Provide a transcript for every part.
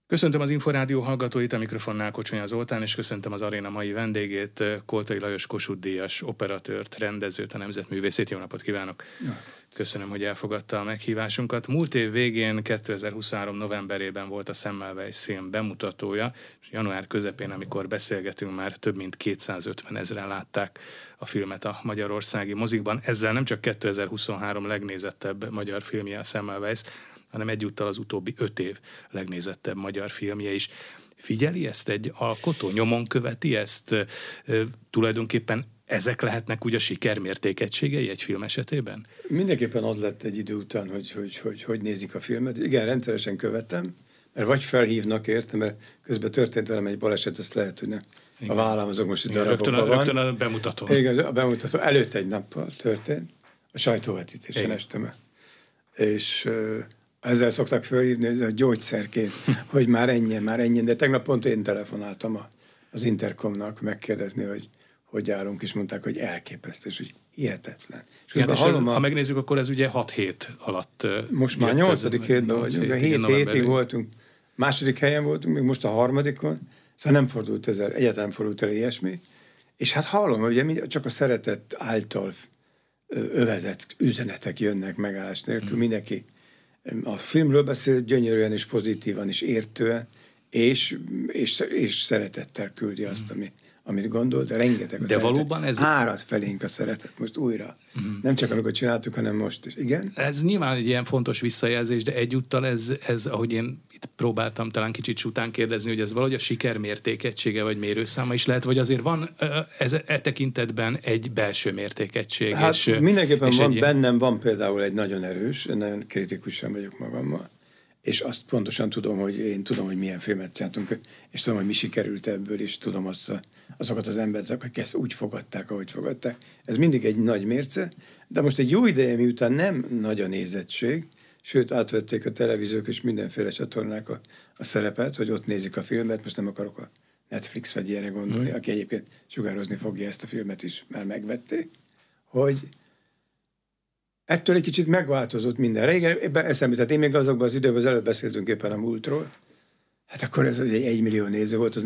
Köszöntöm az Inforádió hallgatóit, a mikrofonnál Kocsonya Zoltán, és köszöntöm az aréna mai vendégét, Koltai Lajos Kossuth-díjas operatőrt, rendezőt, a Nemzetművészét. Jó napot kívánok! Köszönöm, hogy elfogadta a meghívásunkat. Múlt év végén, 2023. novemberében volt a Semmelweis film bemutatója, és január közepén, amikor beszélgetünk, már több mint 250 000-en látták a filmet a magyarországi mozikban. Ezzel nem csak 2023 legnézettebb magyar filmje a Semmelweis, hanem egyúttal az utóbbi 5 év legnézettebb magyar filmje is. Figyeli ezt egy alkotó? Nyomon követi ezt? Tulajdonképpen ezek lehetnek úgy a sikermértékegységei egy film esetében? Mindenképpen az lett egy idő után, hogy nézik a filmet. Igen, rendszeresen követem, mert vagy felhívnak érte, mert közben történt velem egy baleset, ezt lehet, hogy nem. A vállam azok most itt darabokban van. Rögtön a bemutató. Igen, a bemutató előtt egy nappal történt, a sajtóvetítésen estem. És ezzel szoktak felhívni, ez a gyógyszerként, hogy már ennyien. De tegnap pont én telefonáltam az Intercomnak megkérdezni, hogy állunk, és mondták, hogy elképesztő, és hogy hihetetlen. És ha megnézzük, akkor ez ugye 6 hét alatt. Most már 8. hétben vagyunk, 7 hétig voltunk, második helyen voltunk, még most a harmadikon, szóval nem fordult egyáltalán fordult el ilyesmi, és hát hallom, hogy ugye csak a szeretet által övezett üzenetek jönnek megállás nélkül, mindenki a filmről beszél gyönyörűen és pozitívan és értően, és szeretettel küldi azt, amit gondol, de rengeteg a de valóban ez árad felénk a szeretet most újra. Nem csak amikor csináltuk, hanem most is. Igen? Ez nyilván egy ilyen fontos visszajelzés, de egyúttal ez ahogy én itt próbáltam talán kicsit után kérdezni, hogy ez valahogy a siker mértékegysége vagy mérőszáma is lehet, vagy azért van e tekintetben egy belső mértékegység. Hát és, mindenképpen és bennem van például egy nagyon erős, nagyon kritikusan vagyok magammal, és azt pontosan tudom, hogy milyen filmet csináltunk, és tudom, hogy mi sikerült ebből, és tudom azokat az emberek, akik ezt úgy fogadták, ahogy fogadták. Ez mindig egy nagy mérce, de most egy jó ideje, miután nem nagy a nézettség, sőt átvették a televíziók és mindenféle csatornák a szerepet, hogy ott nézik a filmet, most nem akarok a Netflix vagy ilyenre gondolni, aki egyébként sugározni fogja ezt a filmet is, már megvették, hogy ettől egy kicsit megváltozott minden. Régen eszembe, tehát én még azokban az időben, az előbb beszéltünk éppen a múltról, hát akkor ez egy 1 millió néző volt,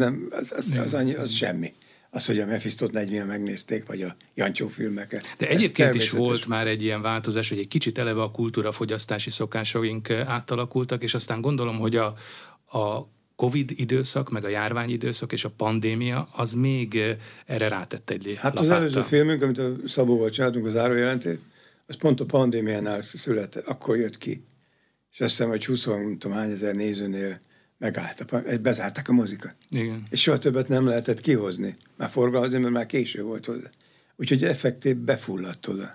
az semmi. Az, hogy a Mephistot 4 millió megnézték, vagy a Jancsó filmeket. De egyébként is volt már egy ilyen változás, hogy egy kicsit eleve a kultúrafogyasztási szokásaink átalakultak, és aztán gondolom, hogy a Covid időszak, meg a járvány időszak és a pandémia, az még erre rátett egy lapáttal. Hát az előző filmünk, amit a Szabóval csináltunk, az zárójelentét, az pont a pandémiánál született, akkor jött ki. És azt hiszem, hogy 20 hány ezer nézőnél megállt, bezárták a mozikat. Igen. És soha többet nem lehetett kihozni. Már forgalmazni, mert már késő volt hozzá. Úgyhogy effektív befulladt oda.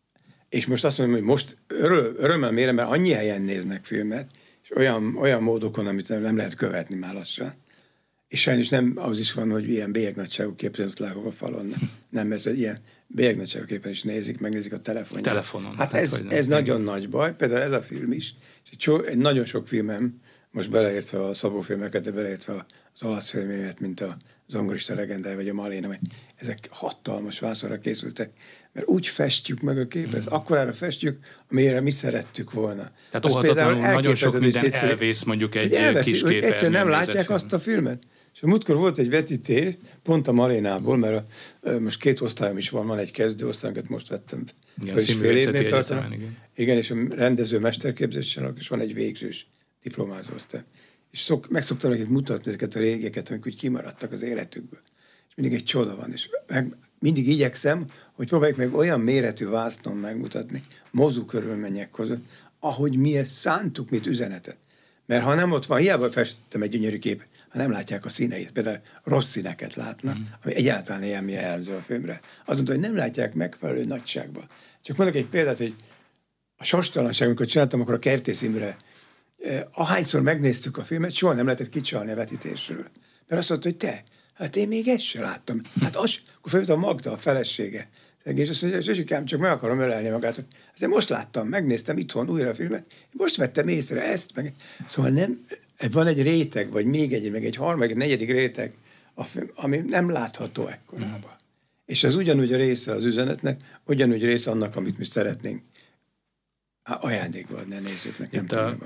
És most azt mondom, hogy most örömmel mérem, mert annyi helyen néznek filmet, és olyan módokon, amit nem lehet követni már lassan. És sajnos nem az is van, hogy ilyen bélyegnagyságú képen ott lágok a falon. Nem, ez egy ilyen bélyegnagyságú képen is megnézik a telefonon. Hát ez nagyon nagy baj, például ez a film is. És egy nagyon sok filmem, most beleértve a Szabó filmeket, de beleértve az olasz filmémet, mint a Zongorista legendája, vagy a Maléna, ezek hatalmas vászonra készültek, mert úgy festjük meg a képet, akkorára festjük, amire mi szerettük volna. Tehát óhatatlanul nagyon sok minden elvész mondjuk egy kis képen. Egyszerűen nem látják azt a filmet. És a múltkor volt egy vetítés, pont a Malénából, mert most 2 osztályom is van egy kezdőosztály, amit most vettem. Igen, Színművészeti Egyetemen, igen. Igen, és a rendező mesterképzésen és van egy végzős diplomázó osztály. És meg szoktam nekik mutatni ezeket a régeket, amik úgy kimaradtak az életükből. És mindig egy csoda van. És mindig igyekszem, hogy próbáljuk meg olyan méretű vásznon megmutatni, mozú körülmények között, ahogy mi ezt szántuk, mint üzenetet. Mert ha nem ott van, hiába festettem egy gyönyörű kép, ha nem látják a színeit, például rossz színeket látnak, ami egyáltalán ilyen jellemző a filmre. Azt mondta, hogy nem látják megfelelő nagyságba. Csak mondok egy példát, hogy a Sorstalanság, amikor csináltam, akkor a Kertész Imre, ahányszor megnéztük a filmet, soha nem lehetett kicsalni a vetítésről. Mert azt mondta, hogy hát én még ezt se láttam. Hát akkor felült a Magda, a felesége. És azt mondja, Zsuzsikám, csak meg akarom ölelni magát, hogy azért most láttam, megnéztem itthon újra a filmet, most vettem észre ezt, meg. Szóval nem, van egy réteg, vagy még egy harmadik, negyedik réteg, ami nem látható ekkorában. És ez ugyanúgy a része az üzenetnek, ugyanúgy része annak, amit mi szeretnénk Ajándékba adni a nézőknek. Itt a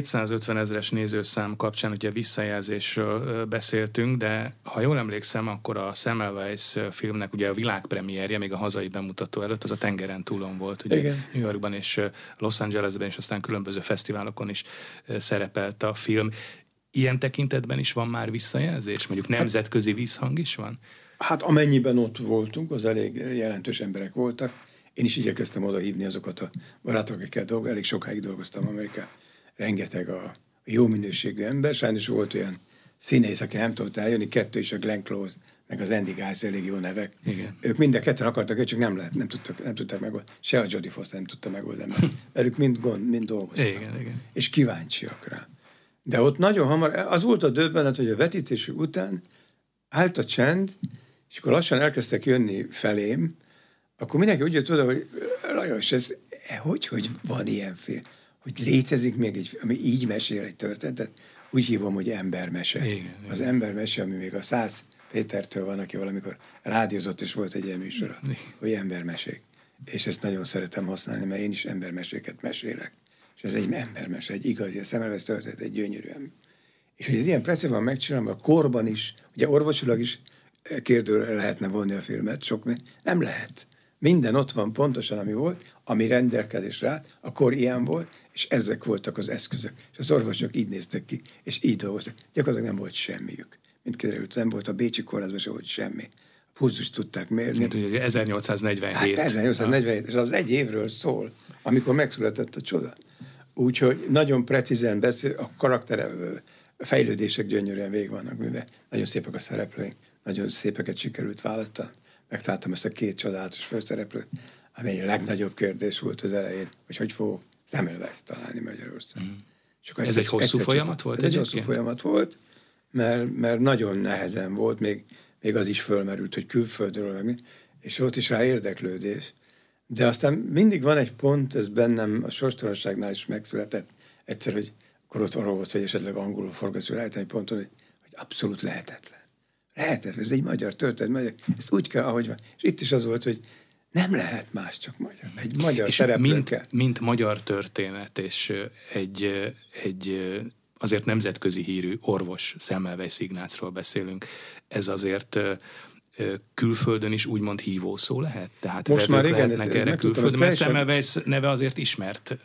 250 000-es nézőszám kapcsán ugye visszajelzésről beszéltünk, de ha jól emlékszem, akkor a Semmelweis filmnek ugye a világpremierje, még a hazai bemutató előtt, az a tengeren túlon volt, ugye Igen. New Yorkban és Los Angelesben, és aztán különböző fesztiválokon is szerepelt a film. Ilyen tekintetben is van már visszajelzés? Mondjuk nemzetközi vízhang is van? Hát amennyiben ott voltunk, az elég jelentős emberek voltak. Én is igyekeztem oda hívni azokat a barátokat, akikkel elég sokáig dolgoztam Amerikában. Rengeteg a jó minőségű ember. Sajnos volt olyan színész, aki nem tudott eljönni, kettő is, a Glenn Close, meg az Andy Garcia, elég jó nevek. Igen. Ők mind a ketten akartak, csak nem tudták megoldani. Se a Jodie Foster nem tudta megoldani, mert velük mind dolgoztak. Igen. És kíváncsiak rá. De ott nagyon hamar, az volt a döbbenet, hogy a vetítés után állt a csend, és akkor lassan elkezdtek jönni felém, akkor mindenki úgy jött oda, hogy Lajos, ez hogy van ilyen film? Hogy létezik még egy, ami így mesél egy történetet? Úgy hívom, hogy embermese. Igen. Az embermese, ami még a 100 Pétertől van, aki valamikor rádiózott, és volt egy ilyen műsora, hogy embermesék. És ezt nagyon szeretem használni, mert én is embermeséket mesélek. És ez egy embermese, egy igazi, a Semmelweis történet, egy gyönyörű ember. És hogy ez ilyen precízen megcsinálva, a korban is, ugye orvosilag is kérdőre lehetne vonni a filmet, nem lehet. Minden ott van pontosan, ami volt, ami rendelkezésre állt, akkor ilyen volt, és ezek voltak az eszközök. És az orvosok így néztek ki, és így dolgoztak. Gyakorlatilag nem volt semmiük. Mint kiderült, nem volt a Bécsi kórházban se volt semmi. A pulzust tudták mérni. Hát, ugye 1847. Hát 1847, és az egy évről szól, amikor megszületett a csoda. Úgyhogy nagyon precízen beszél, a karakter fejlődések gyönyörűen végig vannak, mivel nagyon szépek a szereplőink, nagyon szépeket sikerült választani. Megtaláltam ezt a két csodálatos főszereplőt, ami a legnagyobb kérdés volt az elején, hogy fogok Semmelweist találni Magyarországon. Ez egy hosszú folyamat volt? Ez egy hosszú folyamat volt, mert nagyon nehezen volt, még az is fölmerült, hogy külföldről, és ott is rá érdeklődés. De aztán mindig van egy pont, ez bennem a sorstalanságnál is megszületett egyszer, hogy akkor ott arról volt, hogy esetleg angolul forgatsz, rájönni egy ponton, hogy abszolút lehetetlen. Lehetetlen, ez egy magyar történet, ezt úgy kell, ahogy van. És itt is az volt, hogy nem lehet más, csak magyar. Egy magyar szereplő kell. Mint magyar történet, és egy azért nemzetközi hírű orvos, Semmelweis Ignácról beszélünk, ez azért külföldön is úgymond hívószó lehet? Tehát most már igen, lehetnek erre külföldön, mert Semmelweis neve azért ismert.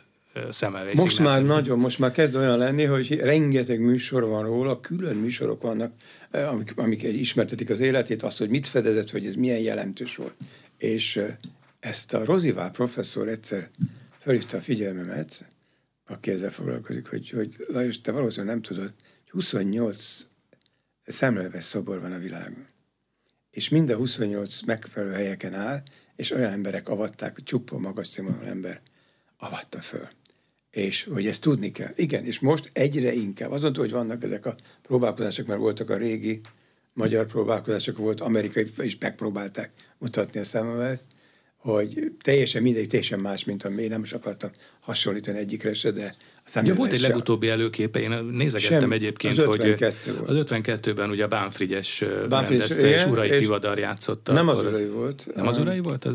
Most már kezd olyan lenni, hogy rengeteg műsor van róla, külön műsorok vannak, amik ismertetik az életét, azt, hogy mit fedezett, hogy ez milyen jelentős volt. És ezt a Rozivál professzor egyszer felhívta a figyelmemet, aki ezzel foglalkozik, hogy Lajos, te valószínűleg nem tudod, hogy 28 Semmelweis szobor van a világon. És mind a 28 megfelelő helyeken áll, és olyan emberek avatták, hogy csupa magas színvonalú ember avatta föl. És hogy ezt tudni kell. Igen, és most egyre inkább. Azt mondta, hogy vannak ezek a próbálkozások, mert voltak a régi magyar próbálkozások, volt amerikai, is megpróbálták mutatni a Semmelweist, hogy teljesen más, mint ami én nem is akartam hasonlítani egyikre se, de ugye volt egy legutóbbi előképe, én nézegettem egyébként, az hogy 52 az 52-ben ugye a Bánfrigyes rendezte, és Urai Tivadar játszotta. Nem az Urai volt. Nem az Urai volt?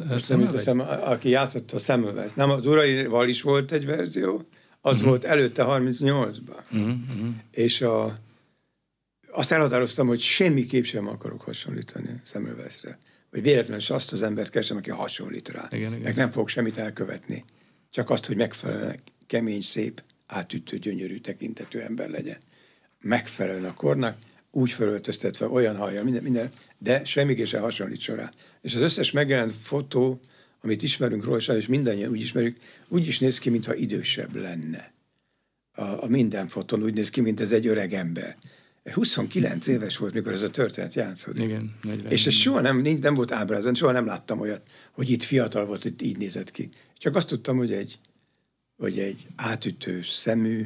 Aki játszott a Semmelweist. Nem, az Uraival is volt egy verzió, az volt előtte 38-ban. És azt elhatároztam, hogy semmiképp sem akarok hasonlítani Semmelweistre. Hogy véletlenül azt az embert keresem, aki hasonlít rá. Igen. Meg nem fog semmit elkövetni. Csak azt, hogy megfelelően kemény, szép, átütő, gyönyörű tekintetű ember legyen. Megfelelően a kornak, úgy felöltöztetve, olyan hajjal, minden, de semmiképp sem hasonlítson rá. És az összes megjelent fotó, amit ismerünk róla, és mindannyian úgy ismerjük, úgy is néz ki, mintha idősebb lenne. A minden fotón úgy néz ki, mint ez egy öreg ember. 29 éves volt, mikor ez a történet játszódik. Igen, 40. És ez soha nem volt ábrázolva, soha nem láttam olyat, hogy itt fiatal volt, hogy így nézett ki. Csak azt tudtam, hogy egy átütő szemű,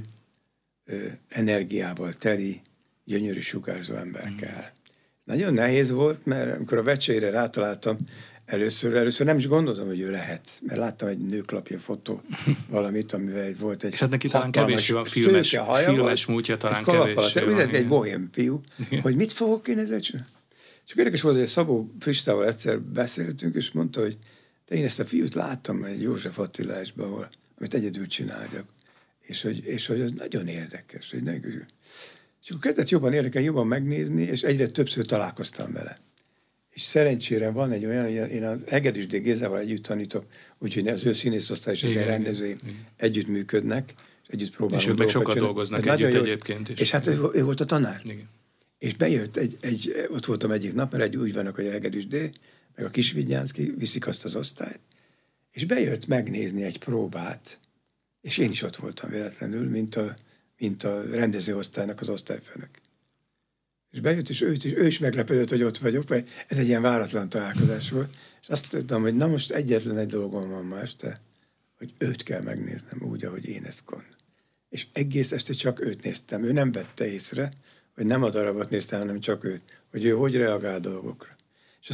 energiával teli, gyönyörű sugárzó ember kell. Nagyon nehéz volt, mert amikor a vecsére rátaláltam, először nem is gondoltam, hogy ő lehet, mert láttam egy nőklapja fotó valamit, amivel volt egy... És hát neki talán kevés van filmes múltja, talán kevés. Egy bohém fiú, hogy mit fogok én ezzel csinálni. Csak érdekes volt, hogy Szabó Pistával egyszer beszéltünk, és mondta, hogy én ezt a fiút láttam egy József Attilásban, ahol amit egyedül csináljak. És hogy az nagyon érdekes. És akkor kezdett jobban érdekelni, jobban megnézni, és egyre többször találkoztam vele. És szerencsére van egy olyan, én az Egedűs D. Gézával együtt tanítok, úgyhogy az ő színészosztály és az rendezői együtt működnek, és együtt próbálunk. És ők meg sokat dolgoznak együtt egyébként is. És hát ő volt a tanár. Igen. És bejött ott voltam egyik nap, mert úgy vannak, hogy a Egedűs D., meg a Kisvidnyánszky viszik azt az osztályt, és bejött megnézni egy próbát, és én is ott voltam véletlenül, mint a rendezőosztálynak az osztályfőnök. És bejött, és ő is meglepődött, hogy ott vagyok, mert ez egy ilyen váratlan találkozás volt, és azt tudtam, hogy na most egyetlen egy dolgom van ma este, hogy őt kell megnéznem úgy, ahogy én ezt gondolom. És egész este csak őt néztem. Ő nem vette észre, hogy nem a darabot néztem, hanem csak őt, hogy ő hogy reagál dolgokra. És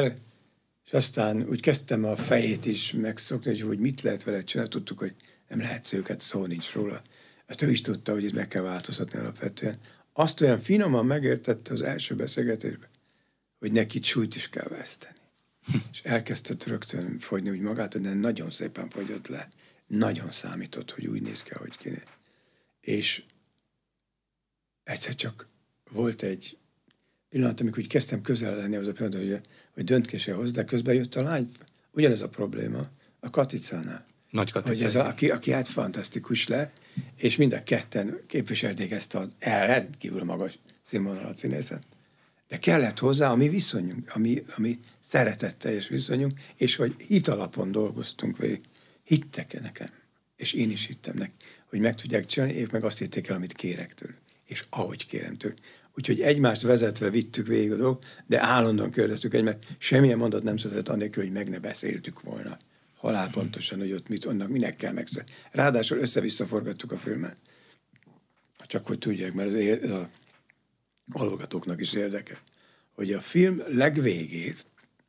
aztán úgy kezdtem a fejét is megszokni, hogy mit lehet vele csinálni. Tudtuk, hogy nem lehet őket, szó nincs róla. Ezt ő is tudta, hogy ezt meg kell változtatni alapvetően. Azt olyan finoman megértette az első beszélgetésben, hogy neki súlyt is kell veszteni. És elkezdett rögtön fogyni úgy magát, de nagyon szépen fogyott le. Nagyon számított, hogy úgy néz ki, ahogy kéne. És egyszer csak volt egy pillanat, amikor úgy kezdtem közel lenni az a pillanat, hogy döntkésre hoz, de közben jött a lány, ugyanez a probléma a Katicánál. Nagy Katica. Hogy ez aki hát fantasztikus lett, és mind a ketten képviselték ezt a rendkívül magas színvonalat színészet. De kellett hozzá a mi viszonyunk, ami szeretetteljes viszonyunk, és hogy hit alapon dolgoztunk, vagy hittek nekem. És én is hittem neki, hogy meg tudják csinálni, ők meg azt hitték el, amit kérek tőlük. És ahogy kérem tőlük. Úgyhogy egymást vezetve vittük végig a dolgot, de állandóan kérdeztük egymást, semmilyen mondat nem született annélkül, hogy meg ne beszéltük volna. Halálpontosan, hogy ott annak minek kell megszólni. Ráadásul össze-vissza forgattuk a filmet. Csak hogy tudják, mert ez a hallgatóknak is érdekel, hogy a film legvégét,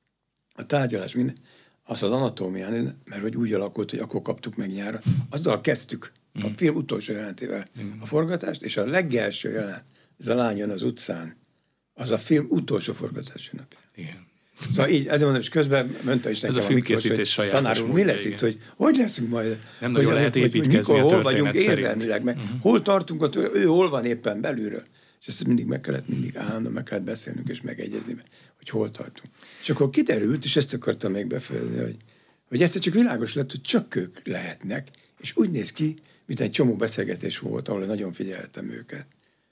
a tárgyalás minden, az anatómián, mert hogy úgy alakult, hogy akkor kaptuk meg nyára, azzal kezdtük a film utolsó jelenetével a forgatást, és a legelső jelenet, ez a lányon az utcán, az a film utolsó forgatási napja. Igen. Szóval így, ezért mondom, és közben mondta is nekem, ez a filmkészítés sajátos tanár úr, mi lesz itt, hogy leszünk majd? Nem nagyon lehet építkezni mikor, a hol vagyunk érzelmileg, meg hol tartunk ott, ő hol van éppen belülről. És ezt mindig állandóan meg kellett beszélnünk és megegyezni, hogy hol tartunk. És akkor kiderült, és ezt akartam még befejezni, hogy egyszer csak világos lett, hogy csak ők lehetnek, és úgy néz ki, mint egy csomó beszélgetés volt, ahol nagyon figyeltem őket,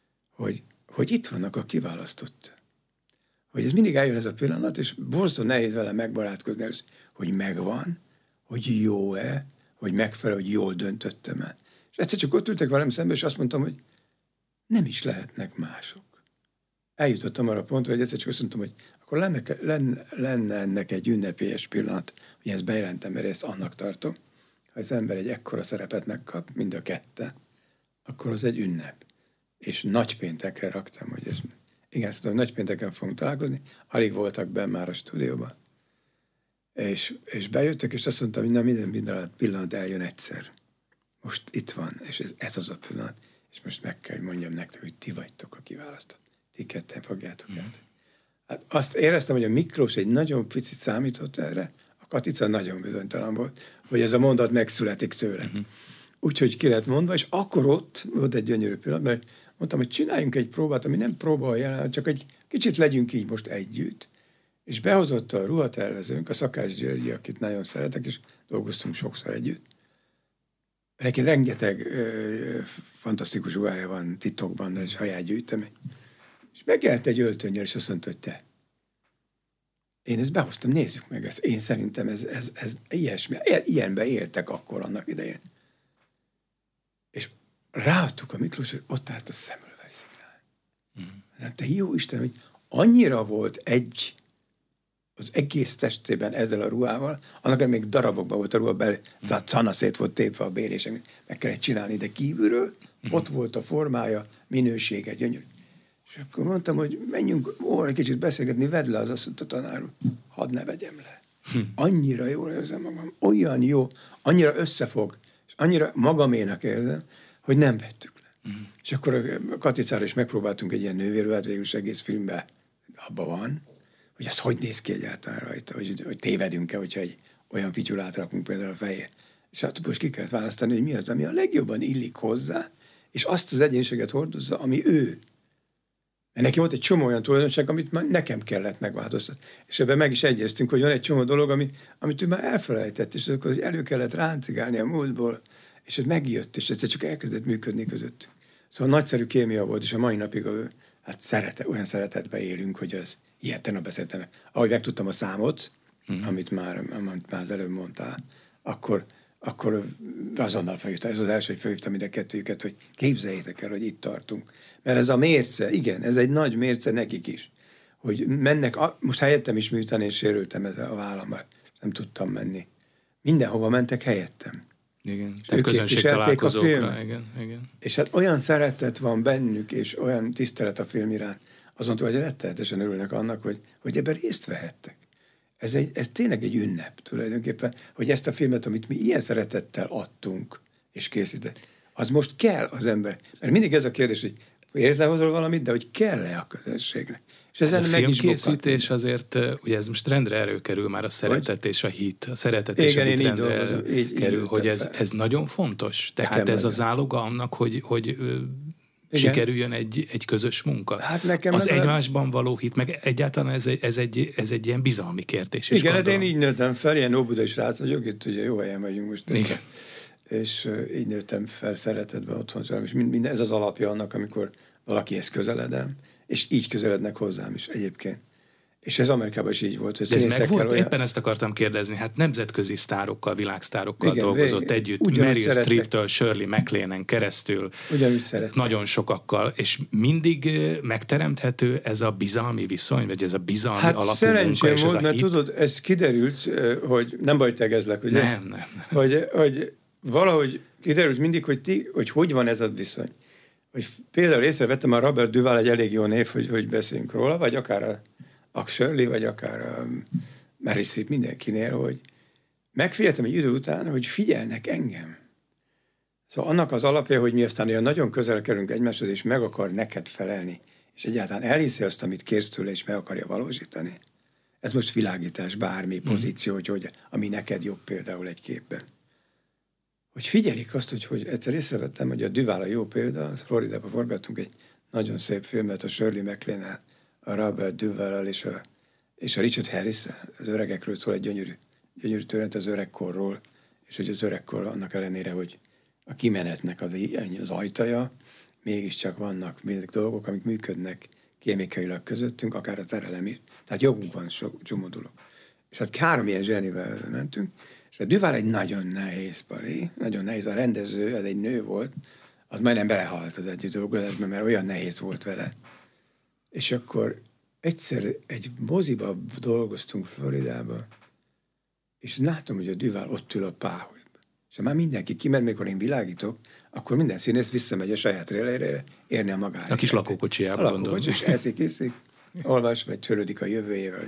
hogy itt vannak a kiválasztott. Hogy ez mindig eljön ez a pillanat, és borzasztó nehéz vele megbarátkozni, hogy megvan, hogy jó-e, hogy megfelel, hogy jól döntöttem el. És egyszer csak ott ültek velem szembe, és azt mondtam, hogy nem is lehetnek mások. Eljutottam arra pontra, hogy egyszer csak azt mondtam, hogy akkor lenne ennek egy ünnepélyes pillanat, hogy ezt bejelentem, mert ezt annak tartom. Ha az ember egy ekkora szerepet megkap, mind a ketten, akkor az egy ünnep. És nagypéntekre raktam, hogy ez... Igen, szóval nagypénteken fogunk találkozni. Alig voltak benn már a stúdióban. És bejöttek, és azt mondtam, hogy na minden pillanat eljön egyszer. Most itt van, és ez az a pillanat. És most meg kell, hogy mondjam nektek, hogy ti vagytok a kiválasztott. Ti ketten fogjátok át. Hát azt éreztem, hogy a Miklós egy nagyon picit számított erre, a Katica nagyon bizonytalan volt, hogy ez a mondat megszületik tőle. Úgyhogy ki lett mondva, és akkor ott volt egy gyönyörű pillanat, mert mondtam, hogy csináljunk egy próbát, ami nem próba a jelenet, csak egy kicsit legyünk így most együtt. És behozott a ruhatervezőnk, a Szakács Györgyi, akit nagyon szeretek, és dolgoztunk sokszor együtt. Neki rengeteg fantasztikus ruhája van titokban, és saját gyűjtemény. És megjelent egy öltönnyel, és azt mondta, hogy te. Én ezt behoztam, nézzük meg ezt. Én szerintem ez ilyesmi. Ilyenben éltek akkor annak idején. És ráadtuk a Miklós, hogy ott állt a Semmelweis Signál. Te jó Isten, hogy annyira volt az egész testében ezzel a ruhával, annak még darabokban volt a ruha belül, tehát szanaszét volt tépve a bérések, meg kellett csinálni, de kívülről ott volt a formája, minősége, gyönyörű. És akkor mondtam, hogy menjünk egy kicsit beszélgetni, vedd le, az azt mondta tanár úr, hadd ne vegyem le. Annyira jól érzem magam, olyan jó, annyira összefog, és annyira magaménak érzem, hogy nem vettük le. És akkor a Katicára is megpróbáltunk egy ilyen nővérruhát, végül is egész filmben abban van, hogy az hogy néz ki egyáltalán rajta, hogy tévedünk-e, hogyha egy olyan fityulát rakunk például a fejére. És hát most ki kellett választani, hogy mi az, ami a legjobban illik hozzá, és azt az egyéniséget hordozza, ami ő. Mert neki volt egy csomó olyan tulajdonság, amit már nekem kellett megváltoztatni. És ebben meg is egyeztünk, hogy van egy csomó dolog, amit ő már elfelejtett, és akkor elő kellett ráncigálni a múltból, és ez megjött, és egyszer csak elkezdett működni között. Szóval nagyszerű kémia volt, és a mai napig olyan szeretetben élünk, hogy az ilyen tegnap beszéltem. Ahogy megtudtam a számot, amit már az előbb mondtál, akkor azonnal felhívtam. Ez az első, hogy felhívtam ide kettőjüket, hogy képzeljétek el, hogy itt tartunk. Mert ez a mérce, igen, ez egy nagy mérce nekik is. Hogy mennek, most helyettem is miután én sérültem ezzel a vállammal. Nem tudtam menni. Mindenhova mentek helyettem. Igen, tehát közönségtalálkozókra. Igen. És hát olyan szeretet van bennük, és olyan tisztelet a film iránt, azon túl, hogy rettenetesen örülnek annak, hogy ebben részt vehettek. Ez tényleg egy ünnep tulajdonképpen, hogy ezt a filmet, amit mi ilyen szeretettel adtunk és készített, az most kell az ember. Mert mindig ez a kérdés, hogy érzlehozol valamit, de hogy kell-e a közönségnek. És ez a filmkészítés azért, ugye ez most rendre előkerül már a szeretet és a hit. A szeretet és a hit rendre előkerül, hogy ez nagyon fontos. Tehát ez az záloga annak, hogy sikerüljön egy közös munka. Hát nekem az egymásban való hit, meg egyáltalán ez egy ilyen bizalmi kérdés. Igen, hát én így nőttem fel, ilyen óbudai srác vagyok, itt ugye jó helyen vagyunk most. Igen. És így nőttem fel szeretetben otthon, és ez az alapja annak, amikor valakihez közeledem, és így közelednek hozzám is egyébként. És ez Amerikában is így volt. Hogy ez meg volt? Olyan... Éppen ezt akartam kérdezni. Hát nemzetközi sztárokkal, világsztárokkal dolgozott együtt. Meryl Streep-től Shirley MacLaine-en keresztül. Nagyon sokakkal. És mindig megteremthető ez a bizalmi viszony, vagy ez a bizalmi alapú munka. Szerencsém volt, mert tudod, ez kiderült, hogy nem baj, tegezlek, ugye? Nem. Hogy valahogy kiderült mindig, hogy van ez a viszony. Hogy például észrevettem, a Robert Duvall egy elég jó név, hogy beszéljünk róla, vagy akár a Shirley, vagy akár a Meryl Streep, mindenkinél, hogy megfigyeltem egy idő után, hogy figyelnek engem. Szóval annak az alapja, hogy mi aztán olyan nagyon közel kerülünk egymáshoz, és meg akar neked felelni, és egyáltalán elhiszi azt, amit kérsz tőle, és meg akarja valósítani. Ez most világítás, bármi pozíció, hogy ami neked jobb például egy képben. Hogy figyelik azt, hogy egyszer észrevettem, hogy a Duvall a jó példa, Floridában forgattunk egy nagyon szép filmet a Shirley MacLaine-nel, a Robert Duvall-al és a Richard Harris, az öregekről szól, egy gyönyörű történet az öregkorról, és hogy az öregkor annak ellenére, hogy a kimenetnek az ajtaja, mégiscsak vannak még dolgok, amik működnek kémikailag közöttünk, akár a szerelem is. Tehát jogunk van csomó dolog. És hát 3 ilyen zsenivel mentünk, és a Duvall egy nagyon nehéz pali, nagyon nehéz. A rendező, ez egy nő volt, az majdnem belehalt az együtt dolgozásban, mert olyan nehéz volt vele. És akkor egyszer egy moziba dolgoztunk Floridában, és látom, hogy a Duvall ott ül a páholyban. És már mindenki kiment, mikor én világítok, akkor minden színész visszamegy a saját rélére érni a magára. A kis lakókocsijába gondolom. És eszik, olvas, vagy törődik a jövőjével.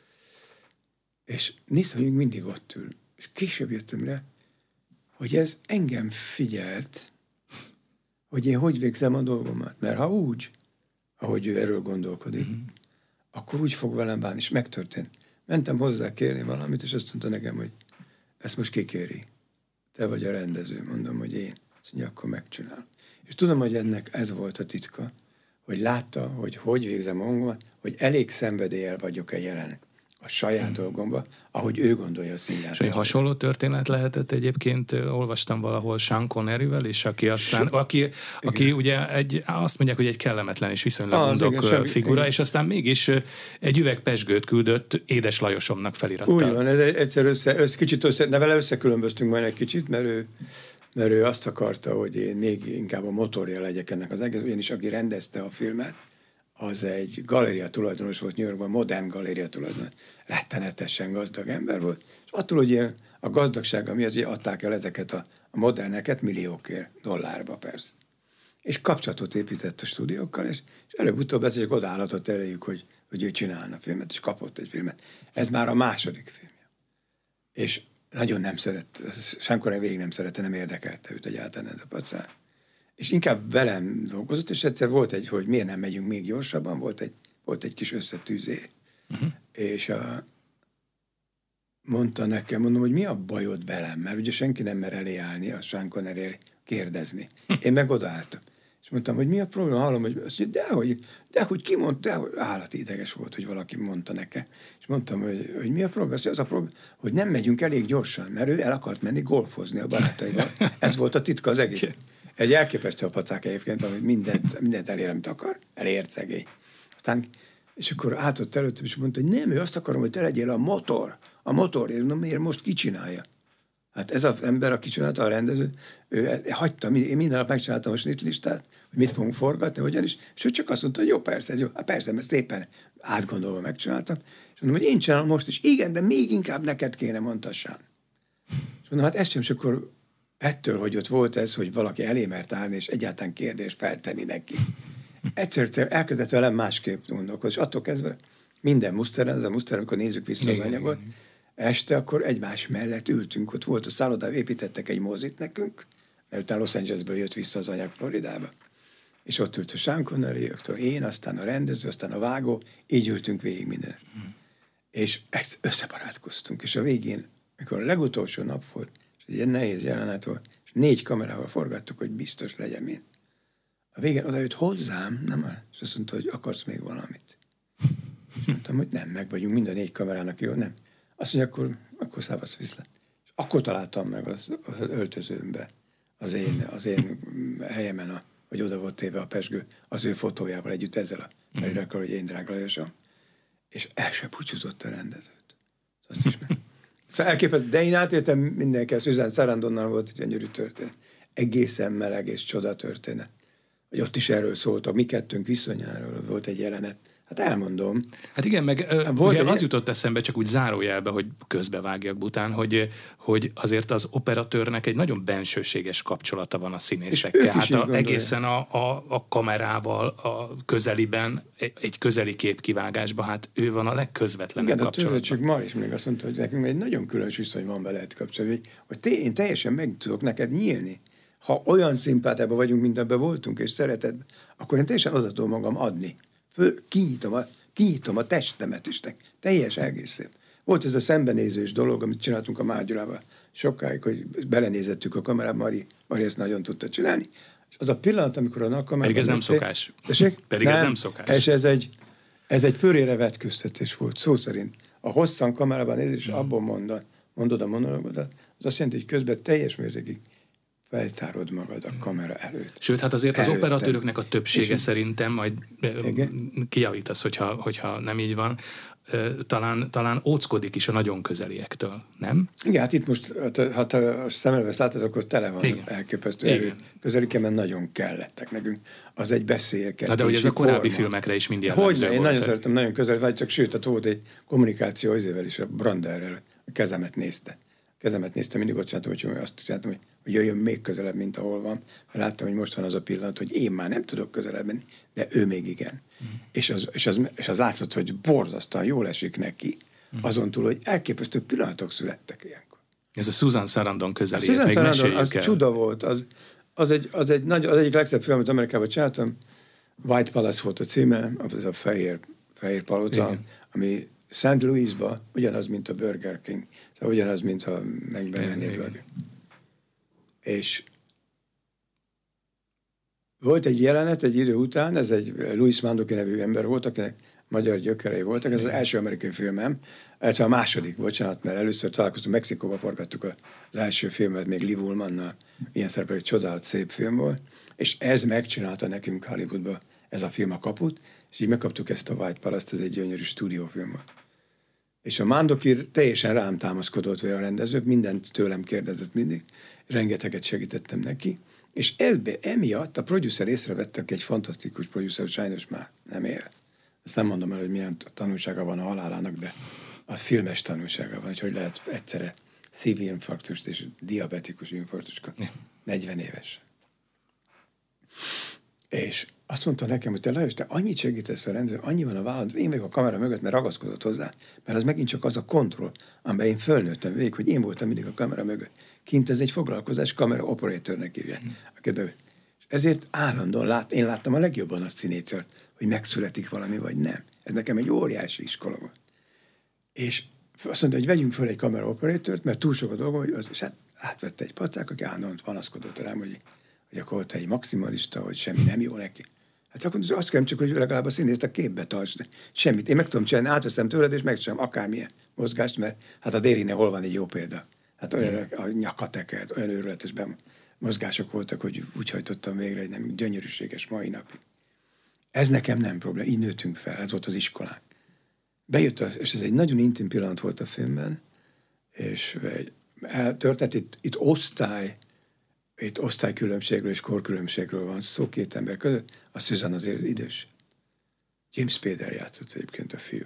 És nézd, hogy mindig ott ül. És később jöttem rá, hogy ez engem figyelt, hogy én hogy végzem a dolgomat. Mert ha úgy, ahogy ő erről gondolkodik, akkor úgy fog velem bánni, és megtörtént. Mentem hozzá kérni valamit, és azt mondta nekem, hogy ezt most kikéri. Te vagy a rendező, mondom, hogy én. Azt mondja, akkor megcsinálom. És tudom, hogy ennek ez volt a titka, hogy látta, hogy végzem a hangomat, hogy elég szenvedéllyel vagyok-e jelen a saját dolgomba, ahogy ő gondolja a színjátékot. És egy hasonló történet lehetett egyébként, olvastam valahol Sean Conneryvel, és aki aztán, aki ugye azt mondják, hogy egy kellemetlen és viszonylag undok figura, és aztán mégis egy üveg pezsgőt küldött Édes Lajosomnak felirattal. Úgy van, ez egyszer kicsit vele összekülönböztünk majd egy kicsit, mert ő azt akarta, hogy én még inkább a motorja legyek ennek az egész, ugyanis aki rendezte a filmet, az egy galéria tulajdonos volt New Yorkban, modern galéria tulajdonos. Rettenetesen gazdag ember volt. És attól, hogy a gazdagsága miatt, hogy adták el ezeket a moderneket milliókért, dollárba persze. És kapcsolatot épített a stúdiókkal, és előbb-utóbb ez csak odaállatott eléjük, hogy ő csinálna filmet, és kapott egy filmet. Ez már a második filmje. És nagyon nem Sean végig nem szerette, nem érdekelte őt egyáltalán ez a pacán. És inkább velem dolgozott, és egyszer volt egy, hogy miért nem megyünk még gyorsabban, volt egy kis összetűzés. És mondta nekem, mondom, hogy mi a bajod velem, mert ugye senki nem mer elé állni a Sean Connery kérdezni. Én meg odaálltam. És mondtam, hogy mi a probléma, hallom, hogy azt mondja, dehogy ki mondta, dehogy állati ideges volt, hogy valaki mondta nekem. És mondtam, hogy mi a probléma, az a probléma, hogy nem megyünk elég gyorsan, mert ő el akart menni golfozni a barátaival. Ez volt a titka az egész. Egy elképesztő a pacák egyébként, hogy mindent elér, amit akar, elért szegény. Aztán, és akkor átott előttem, és mondta, hogy nem, ő azt akarom, hogy te legyél a motor, én mondom, miért most ki csinálja? Hát ez az ember, aki csinálta, a rendező, ő hagyta, én minden nap megcsináltam a snitlistát, hogy mit fogunk forgatni, hogyan is, és ő csak azt mondta, hogy jó, persze, ez jó. Hát persze, mert szépen átgondolva megcsináltam. És mondom, hogy én csinálom most is. Igen, de még inkább neked kéne, mondtassam. És mondom, hát ez sem, és akkor ettől, hogy ott volt ez, hogy valaki elé mert állni, és egyáltalán kérdést feltenni neki. Egyszerűen elkezdett velem másképp gondolkozni, és attól kezdve minden muszteren, ez a muszter, amikor nézzük vissza az anyagot, este akkor egymás mellett ültünk, ott volt a szállodában, építettek egy mozit nekünk, mert utána Los Angelesből jött vissza az anyag Floridába. És ott ült a Sean Connery, én, aztán a rendező, aztán a vágó, így ültünk végig minden. És összebarátkoztunk, és a végén, mikor a legutolsó nap volt, és egy ilyen nehéz jelenet volt, és 4 kamerával forgattuk, hogy biztos legyen én. A végén odajött hozzám, és azt mondta, hogy akarsz még valamit. És mondtam, hogy nem, meg vagyunk, mind a 4 kamerának jó, nem. Azt mondja, akkor szállsz vissza. És akkor találtam meg az öltözőmbe, az én helyemen, hogy oda volt téve a pezsgő, az ő fotójával együtt ezzel a felirakkal, hogy én drága Lajosom. És el se búcsúzott a rendezőt. Azt is meg. Szóval elképesztő, de én átéltem mindenki, Susan Sarandonnal volt egy gyönyörű történet. Egészen meleg és csoda történet. Hogy ott is erről szólt, a mi kettőnk viszonyáról volt egy jelenet. Hát elmondom. Hát igen, meg ugye az jutott eszembe, csak úgy zárójelbe, hogy közbevágjak bután, hogy azért az operatőrnek egy nagyon bensőséges kapcsolata van a színészekkel. Hát egészen a kamerával, a közeliben, egy közeli képkivágásban, hát ő van a legközvetlenebb kapcsolatban. Igen, ma is még azt mondta, hogy nekünk egy nagyon különös viszony van be lehet kapcsolni, hogy én teljesen meg tudok neked nyílni. Ha olyan szimpátiában vagyunk, mint abban voltunk, és szereted, akkor én teljesen oda tudom magam adni. Kinyitom a testemet is. Teljes egész szép. Volt ez a szembenézős dolog, amit csináltunk a Márgyulával sokáig, hogy belenézettük a kamerába, Mari ezt nagyon tudta csinálni. És az a pillanat, amikor a kamerában... Pedig ez nem szokás. Pedig ez nem szokás. És ez egy pörére vetköztetés volt, szó szerint. A hosszan kamerában nézés, és abból mondod a monológodat, az azt jelenti, hogy közben teljes mértékig feltárod magad a kamera előtt. Sőt, hát azért az operatőröknek a többsége szerintem, majd kijavítasz, hogyha nem így van, talán óckodik is a nagyon közeliektől, nem? Igen, hát itt most, ha a szemelbe ezt látod, akkor tele van elképesztő erő. Közelikben nagyon kellettek nekünk. Az egy beszélgetés. De hogy ez a korábbi filmekre is mind jellemző volt. Én nagyon szeretem, nagyon közel vagy, csak sőt, volt egy kommunikáció azért is, a Branderrel, a kezemet nézte, mindig ott csináltam, hogy azt csináltam, hogy jöjjön még közelebb, mint ahol van. Láttam, hogy most van az a pillanat, hogy én már nem tudok közelebb menni, de ő még igen. És az látszott, hogy borzasztóan jól esik neki, azon túl, hogy elképesztő pillanatok születtek ilyenkor. Ez a Susan Sarandon közelét, még meséljük el. Az csuda volt, az egyik legszebb film, amit Amerikában csináltam, White Palace volt a címe, az a fehér palota, ami St. Louisba ugyanaz, mint a Burger King. Szóval ugyanaz, mintha megbennél Burger. És volt egy jelenet egy idő után, ez egy Louis Mandoki nevű ember volt, akinek magyar gyökerei voltak, ez az első amerikai filmem, illetve a második, bocsánat, mert először találkoztunk, Mexikóba forgattuk az első filmet, még Liv Ullmannnal, ilyen szerepel, egy csodálat szép film volt, és ez megcsinálta nekünk Hollywoodba, ez a film a kaput, és így megkaptuk ezt a White Palace-t, ez egy gyönyörű stúdiófilm volt. És a Mandoki teljesen rám támaszkodott vele a rendezők, mindent tőlem kérdezett mindig, rengeteget segítettem neki, és emiatt a producer észrevette, egy fantasztikus producer, sajnos már nem él. Ezt nem mondom el, hogy milyen tanulsága van a halálának, de a filmes tanulsága van, hogy lehet egyszerre szívinfarktust és diabetikus infarktust kapni. 40 éves. És azt mondta nekem, hogy te Lajos, te annyit segítesz a rendező, annyi van a vállalat, én vagyok a kamera mögött, mert ragaszkodott hozzá, mert az megint csak az a kontroll, amiben én fölnőttem végig, hogy én voltam mindig a kamera mögött. Kint ez egy foglalkozás, kamera operatornek hívják. És ezért állandóan én láttam a legjobban azt színészet, hogy megszületik valami, vagy nem. Ez nekem egy óriási iskola volt. És azt mondta, hogy vegyünk föl egy kameraoperatort, mert túl sok a dolgom, hogy és hát átvette egy pacák, aki állandóan panaszkodott rám, hogy a Koltai maximalista, hogy semmi nem jó neki. Hát akkor azt kérem csak, hogy legalább a színészt a képbe tartsd. Semmit. Én meg tudom csinálni, átveszem tőled, és megcsinálom akármilyen mozgást, mert hát a Dérinél hol van egy jó példa. Hát olyan a nyakatekert, olyan őrületes mozgások voltak, hogy úgy hajtottam végre, hogy nem gyönyörűséges mai napig. Ez nekem nem probléma. Így nőttünk fel, ez volt az iskolánk. Bejött, és ez egy nagyon intim pillanat volt a filmben, és történt itt osztálykülönbségről és korkülönbségről van szó két ember között. A Susan azért idős. James Spader játszott egyébként a fiú.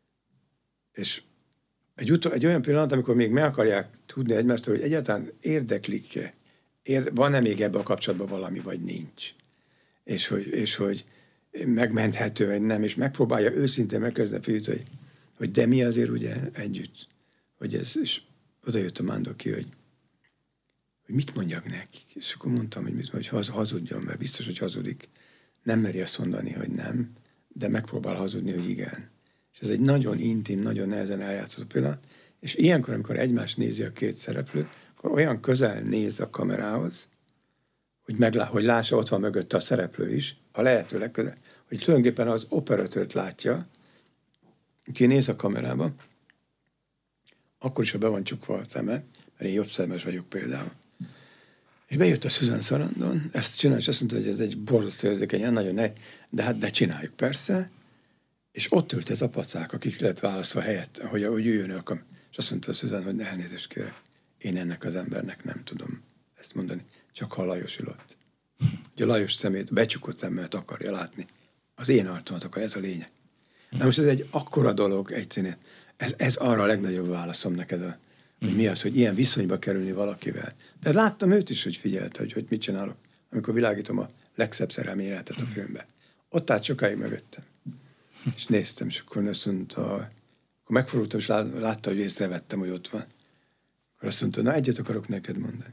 És egy olyan pillanat, amikor még meg akarják tudni egymástól, hogy egyáltalán érdeklik-e, van-e még ebben a kapcsolatban valami, vagy nincs. És hogy megmenthető, vagy nem, és megpróbálja őszintén megkérdezni a fiút, hogy de mi azért ugye együtt. Hogy ez, és oda jött a Mándor ki, hogy mit mondjak nekik. És akkor mondtam, hogy hazudjon, mert biztos, hogy hazudik. Nem meri azt mondani, hogy nem, de megpróbál hazudni, hogy igen. És ez egy nagyon intim, nagyon nehezen eljátszott pillanat. És ilyenkor, amikor egymást nézi a két szereplő, akkor olyan közel néz a kamerához, hogy lássa, ott van mögötte a szereplő is, a lehető legközel, hogy tulajdonképpen az operatőrt látja, aki néz a kamerába, akkor is, ha be van csukva a szeme, mert én jobb szemes vagyok például. És bejött a Susan Sarandon, ezt csinálja, és azt mondta, hogy ez egy borzasztó érzékeny, nagyon nehéz, de csináljuk persze, és ott ült ez a pacák, akik lett választva helyett, hogy üljön és azt mondta a Susan, hogy elnézést kérek, én ennek az embernek nem tudom ezt mondani, csak ha Lajos ülött. Hogy a Lajos szemét becsukott szemmel akarja látni. Az én arcomat akar, ez a lényeg. Na most ez egy akkora dolog, egyszerűen. Ez arra a legnagyobb válaszom neked, hogy mi az, hogy ilyen viszonyba kerülni valakivel. De láttam őt is, hogy figyelte, hogy mit csinálok, amikor világítom a legszebb szerelményeletet a filmben. Ott állt sokáig mögöttem. És néztem, és akkor azt mondta, akkor megfordultam, és látta, hogy észrevettem, hogy ott van. Akkor azt mondta, na egyet akarok neked mondani.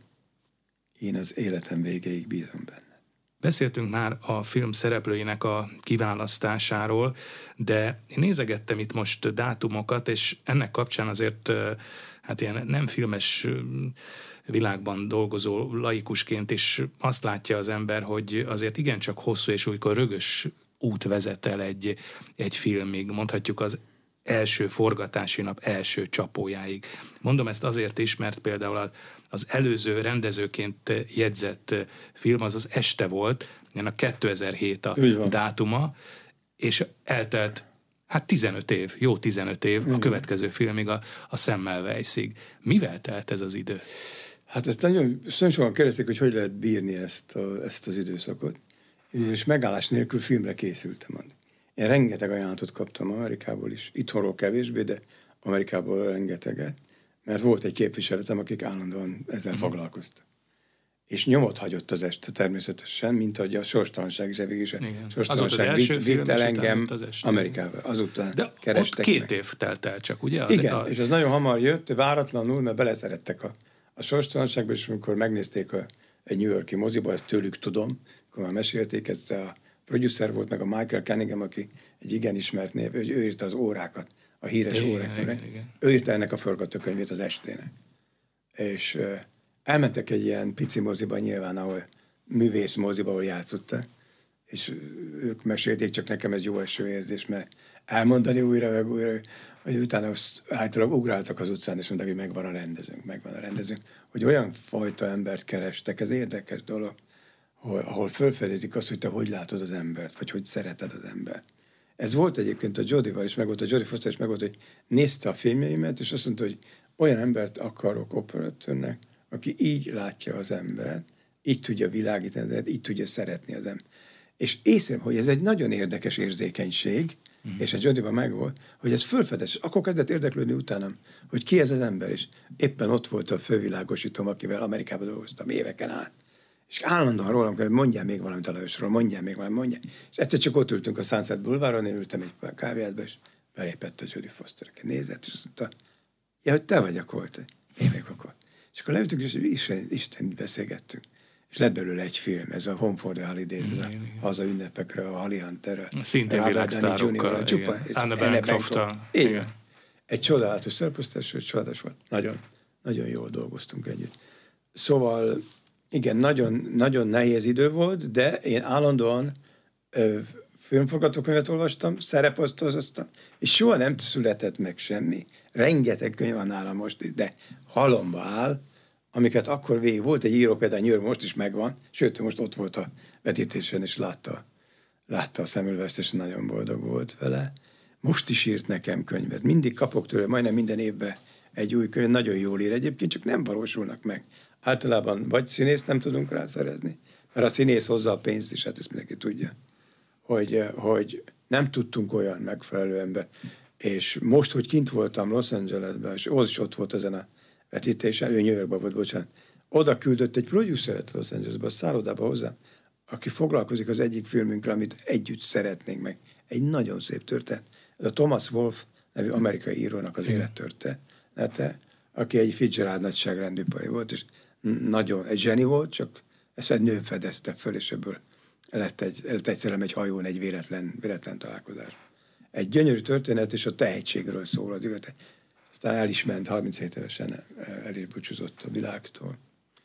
Én az életem végéig bízom benne. Beszéltünk már a film szereplőinek a kiválasztásáról, de én nézegettem itt most dátumokat, és ennek kapcsán azért hát ilyen nem filmes világban dolgozó laikusként is azt látja az ember, hogy azért igencsak hosszú és olykor rögös út vezet el egy filmig, mondhatjuk az első forgatási nap első csapójáig. Mondom ezt azért is, mert például az előző rendezőként jegyzett film az Este volt, ennek 2007 a dátuma, és eltelt 15 év, jó 15 év a következő filmig, a Semmelweisig. Mivel telt ez az idő? Hát ezt nagyon sokan kérdezték, hogy lehet bírni ezt az időszakot, és megállás nélkül filmre készültem. Én rengeteg ajánlatot kaptam Amerikából is, itthonról kevésbé, de Amerikából rengeteget, mert volt egy képviseletem, akik állandóan ezzel foglalkoztak. És nyomot hagyott az Este természetesen, mint ahogy a Sorstalanság is, végig is a Sorstalanság vitt el engem Amerikába. Azután de kerestek ott 2 év telt el csak, ugye? Igen, és ez nagyon hamar jött, váratlanul, mert beleszerettek a Sorstalanságba, és amikor megnézték egy New York-i moziba, ezt tőlük tudom, akkor már mesélték, ezt a producer volt, meg a Michael Cunningham, aki egy igen ismert név, ő írta az órákat, a híres órák. Ő írta ennek a forgatókönyvét az Estének. És elmentek egy ilyen pici moziba nyilván, ahol művész moziba, ahol játszottak, és ők mesélték, csak nekem ez jó eső érzés, mert elmondani újra, meg újra, hogy utána általában ugráltak az utcán, és mondták, hogy megvan a rendezőnk. Hogy olyan fajta embert kerestek, ez érdekes dolog, ahol felfedezik azt, hogy te hogy látod az embert, vagy hogy szereted az embert. Ez volt egyébként a Jodie-val is, meg volt a Jodie Foster is, meg volt, hogy nézte a filmjeimet, és azt mondta, hogy olyan embert akarok operatőrnek, aki így látja az embert, így tudja világítani, így tudja szeretni az embert. És észrem, hogy ez egy nagyon érdekes érzékenység, és a Jodie-ban megvolt, hogy ez fölfedez. Akkor kezdett érdeklődni utánam, hogy ki ez az ember, és éppen ott volt a fővilágosítóm, akivel Amerikában dolgoztam éveken át. És állandóan rólam, hogy mondjál még valamit a Lajosról, mondjál. És egyszer csak ott ültünk a Sunset Boulevardon, én ültem egy kávéházba, és belépett a Jodie Foster, nézett, és azt mondta, ja, hogy te vagy akkor. Én vagyok akkor. És akkor leültünk, és Isten beszélgettünk. És lett belőle egy film, ez a Home for the Holidays, ez a haza ünnepekre, a Holly Hunter, szintén világsztárokkal, Anne Bancroft-tal. egy csodálatos szereposztás, hogy csodálatos volt. Nagyon, nagyon jól dolgoztunk együtt. Szóval igen, nagyon, nagyon nehéz idő volt, de én állandóan filmforgatókönyvet olvastam, szereposztoztam, és soha nem született meg semmi. Rengeteg könyv van nálam most, de halomba áll, amiket akkor végig volt egy író, például New York most is megvan, sőt, most ott volt a vetítésen, és látta a Semmelweis, és nagyon boldog volt vele. Most is írt nekem könyvet. Mindig kapok tőle, majdnem minden évben egy új könyv, nagyon jól ír egyébként, csak nem valósulnak meg. Általában vagy színészt nem tudunk rá szerezni, mert a színész hozza a pénzt is, hát ezt mindenki tudja, hogy nem tudtunk olyan megfelelő ember. És most, hogy kint voltam Los Angelesben, és az is ott volt ezen a vetítésen, ő New Yorkban volt, bocsánat, oda küldött egy produceret Los Angelesbe, a szállodába hozzám, aki foglalkozik az egyik filmünkkel, amit együtt szeretnénk meg. Egy nagyon szép történet. Ez a Thomas Wolfe nevű amerikai írónak az élettörténete, aki egy Fitzgerald nagyságrendű pari volt, és nagyon egy zseni volt, csak ezt egy nő fedezte föl, és ebből lett egyszerűen egy hajón egy véletlen találkozás. Egy gyönyörű történet, és a tehetségről szól az igaz. Aztán el is ment, 37 évesen el is búcsúzott a világtól.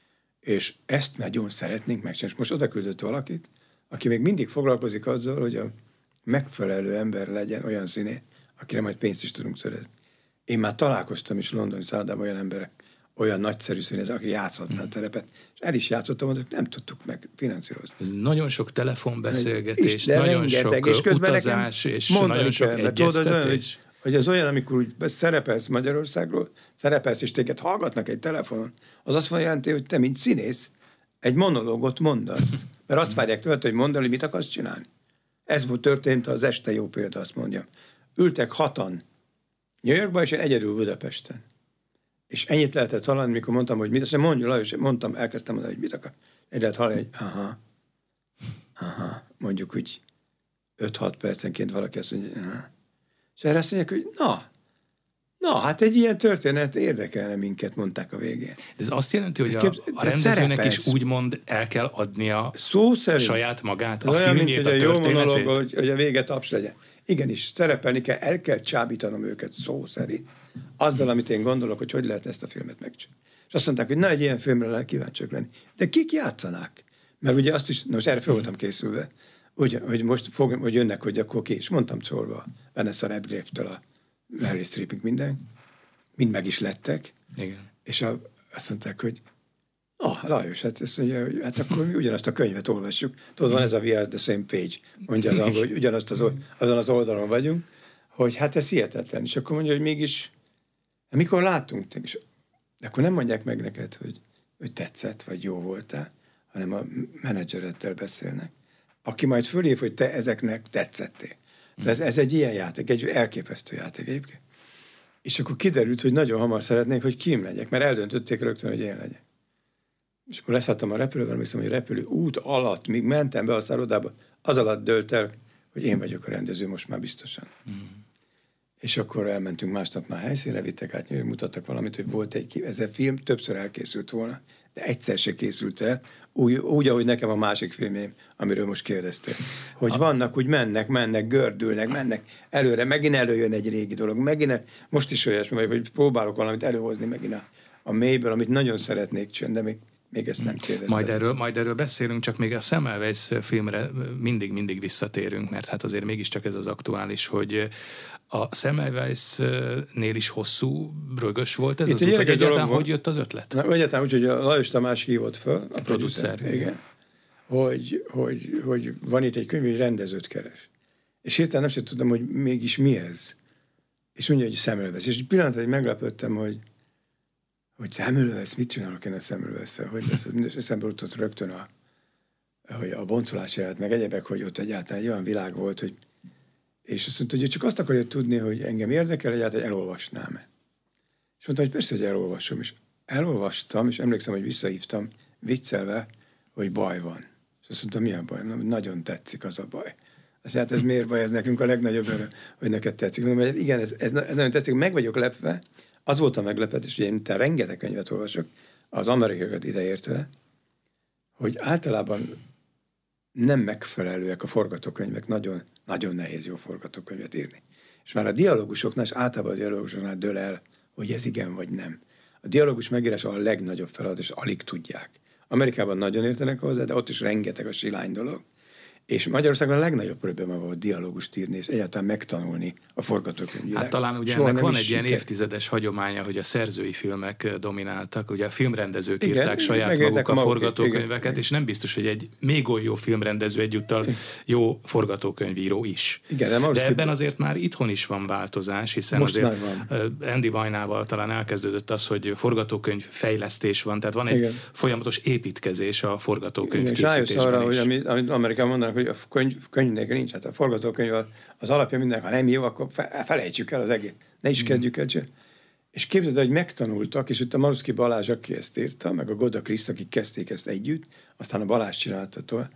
És ezt nagyon szeretnénk megcsinálni. Most oda küldött valakit, aki még mindig foglalkozik azzal, hogy a megfelelő ember legyen olyan színé, akire majd pénzt is tudunk szerezni. Én már találkoztam is londoni szállodában olyan emberek, olyan nagyszerű színész, aki játszhatná a terepet, és el is játszottam, hogy nem tudtuk meg finanszírozni. Ez nagyon sok telefonbeszélgetés, nagyon sok és utazás, és nagyon sok egyeztetés. Hogy az olyan, amikor úgy szerepelsz Magyarországról, szerepelsz, és téged hallgatnak egy telefonon, az azt jelenti, hogy te, mint színész, egy monológot mondasz. Mert azt várják tőled, hogy mondd el, hogy mit akarsz csinálni. Ez volt történt, az este jó példa, azt mondjam. Ültek 6-an New Yorkban, és én egyedül Budapesten. És ennyit lehetett hallani, mikor mondtam, hogy mit, azt mondja Lajos, mondtam, elkezdtem mondani, hogy mit akar. Egy lehet hallani, hogy mondjuk úgy 5-6 percenként valaki azt mondja, aha. És erre azt mondják, hogy hát egy ilyen történet érdekelne minket, mondták a végén. De ez azt jelenti, hogy a rendezőnek is úgymond el kell adnia saját magát, a filmjét, a történetét? Hogy a vége taps legyen. Igenis, szerepelni kell, el kell csábítanom őket szó szerint. Azzal, amit én gondolok, hogy lehet ezt a filmet megcsinálni. És azt mondták, hogy egy ilyen filmre lehet kíváncsiak lenni. De kik játszanák? Mert ugye azt is, most erre fel voltam készülve, hogy most hogy jönnek, hogy akkor ki. És mondtam szólva Vanessa Redgrave-től a Meryl Streepig mind meg is lettek. Igen. És azt mondták, hogy Lajos, hát azt mondja, hogy hát akkor mi ugyanazt a könyvet olvassuk. Tudod, van ez a We are the same page, mondja az angol, hogy ugyanazt azon az oldalon vagyunk, hogy hát ez hihetetlen. És akkor mondja, hogy mégis, mikor láttunk, de akkor nem mondják meg neked, hogy tetszett, vagy jó voltál, hanem a menedzserettel beszélnek, aki majd fölhív, hogy te ezeknek tetszettél. Ez egy ilyen játék, egy elképesztő játék egyébként. És akkor kiderült, hogy nagyon hamar szeretnék, hogy kim legyek, mert eldöntötték rögtön, hogy én legyek. És akkor leszálltam a repülővel, hiszem, hogy a repülő út alatt, míg mentem be a szállodába, az alatt dőlt el, hogy én vagyok a rendező most már biztosan. És akkor elmentünk másnap már helyszínre, vittek át, mutattak valamit, hogy volt ez a film, többször elkészült volna, de egyszer se készült el, úgy, ahogy nekem a másik filmém, amiről most kérdeztél. Hogy vannak, úgy mennek, gördülnek, mennek előre, megint előjön egy régi dolog, most is olyasmi, hogy próbálok valamit előhozni megint a mélyből, amit nagyon szeretnék csinálni, de még ezt nem kérdeztem. Majd erről beszélünk, csak még a Semmelweis filmre mindig visszatérünk, mert hát azért mégiscsak ez az aktuális, hogy a Semmelweisnél is hosszú, rögös volt ez az út, hogy egyáltalán hogy jött az ötlet? Egyáltalán úgy, hogy a Lajos Tamás hívott föl, a producer. Igen. Hogy van itt egy könyv, hogy rendezőt keres. És hirtelen nem sem tudtam, hogy mégis mi ez. És mondja, hogy Semmelweis. És egy pillanatra meglepődtem, hogy Semmelweis, mit csinálok én a Semmelweis-szel? Hogy lesz? Mindössze eszembe jutott rögtön hogy a boncolás jelent, meg egyebek, hogy ott egyáltalán egy olyan világ volt, hogy és azt mondta, hogy csak azt akarja tudni, hogy engem érdekel, egyáltalán elolvasnám-e. És mondta, hogy persze, hogy elolvasom. És elolvastam, és emlékszem, hogy visszahívtam viccelve, hogy baj van. És azt mondta, mi a baj? Nagyon tetszik az a baj. Azt hát ez miért baj? Ez nekünk a legnagyobb öröm, hogy neked tetszik. Mondom, hogy igen, ez nagyon tetszik. Meg vagyok lepve. Az volt a meglepetés, hogy én rengeteg könyvet olvasok, az amerikaiakat ideértve, hogy általában nem megfelelőek a forgatókönyvek, nagyon, nagyon nehéz jó forgatókönyvet írni. És már a dialógusoknál, és általában a dialógusoknál dől el, hogy ez igen vagy nem. A dialógus megírása a legnagyobb feladat, és alig tudják. Amerikában nagyon értenek hozzá, de ott is rengeteg a silány dolog. És Magyarországon a legnagyobb probléma volt dialógust írni, és egyáltalán megtanulni a forgatókönyvírát. Hát talán ugye ennek van egy ilyen évtizedes hagyománya, hogy a szerzői filmek domináltak, ugye a filmrendezők írták saját maguk a forgatókönyveket, igen. És nem biztos, hogy egy még olyan jó filmrendező egyúttal jó forgatókönyvíró is. Igen, de ebben azért már itthon is van változás, hiszen most azért Andy Vajnával talán elkezdődött az, hogy forgatókönyv fejlesztés van, tehát van egy folyamatos építkezés a forgatókönyv készítésben arra, is. Hogy amit Amerikában mondanak, hogy a könyv nélkül nincs, hát a forgatókönyv az alapja minden, ha nem jó, akkor felejtsük el az egész. Ne is kezdjük el csinálni. És képzeld, hogy megtanultak, és itt a Maruszki Balázs, aki ezt írta, meg a Goda Kriszt, akik kezdték ezt együtt, aztán a Balázs csinálta tovább,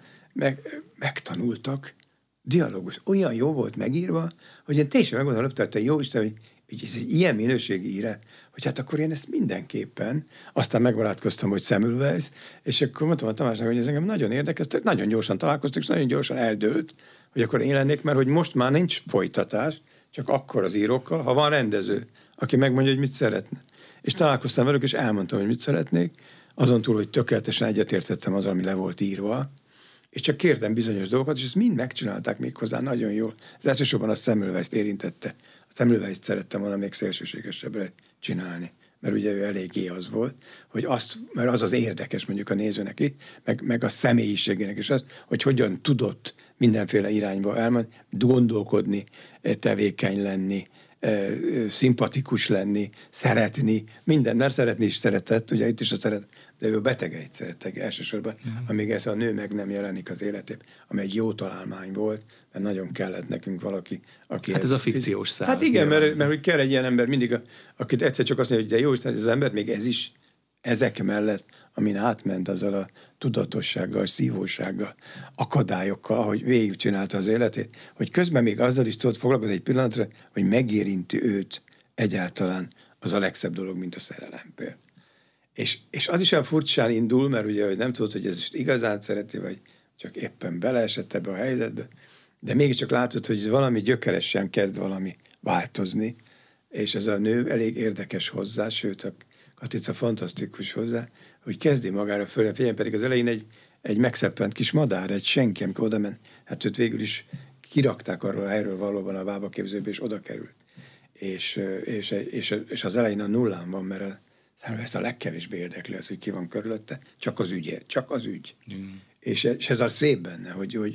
megtanultak dialógus. Olyan jó volt megírva, hogy én teljesen megmondom, hogy jó Isten, hogy ez egy ilyen minőségi íre, hogy hát akkor én ezt mindenképpen, aztán megbarátkoztam, hogy Semmelweis, és akkor mondtam a Tamásnak, hogy ez engem nagyon érdekes, nagyon gyorsan találkoztuk, és nagyon gyorsan eldőlt, hogy akkor én lennék, mert hogy most már nincs folytatás, csak akkor az írókkal, ha van rendező, aki megmondja, hogy mit szeretne. És találkoztam velük, és elmondtam, hogy mit szeretnék, azon túl, hogy tökéletesen egyetértettem az, ami le volt írva, és csak kértem bizonyos dolgokat, és ezt mind megcsinálták még hozzá nagyon jól. Ez elsősorban a Semmelweist érintette. A Semmelweist szerettem volna még szélsőségesebbre csinálni, mert ugye ő eléggé az volt, hogy mert az érdekes mondjuk a nézőnek is, meg a személyiségének is az, hogy hogyan tudott mindenféle irányba elmenni, gondolkodni, tevékeny lenni, szimpatikus lenni, szeretni, mindennel szeretni is szeretett, ugye itt is a szeret, de ő a betegeit szerettek elsősorban, amíg ez a nő meg nem jelenik az életében, ami egy jó találmány volt, mert nagyon kellett nekünk valaki, aki... Hát ez a fikciós szál. Hát igen, mert hogy kell egy ilyen ember mindig, akit egyszer csak azt mondja, hogy de jó Isten, ez az ember, még ez is ezek mellett, amin átment azzal a tudatossággal, szívósággal, akadályokkal, ahogy végigcsinálta az életét, hogy közben még azzal is tudott foglalkozni egy pillanatra, hogy megérinti őt egyáltalán az a legszebb dolog, mint a szerelem például. És az is olyan furcsán indul, mert ugye hogy nem tudod, hogy ez is igazán szereti, vagy csak éppen beleesett ebbe a helyzetbe, de mégiscsak látod, hogy valami gyökeresen kezd valami változni, és ez a nő elég érdekes hozzá, sőt a Katica fantasztikus hozzá, hogy kezdi magára figyelni, pedig az elején egy megszeppent kis madár, egy senki, amikor oda ment, hát őt végül is kirakták arról a helyről valóban a bábaképzőbe, és oda került. És az elején a nullán van, mert számomra ezt a legkevésbé érdekli az, hogy ki van körülötte, csak az ügy. És ez a szép benne,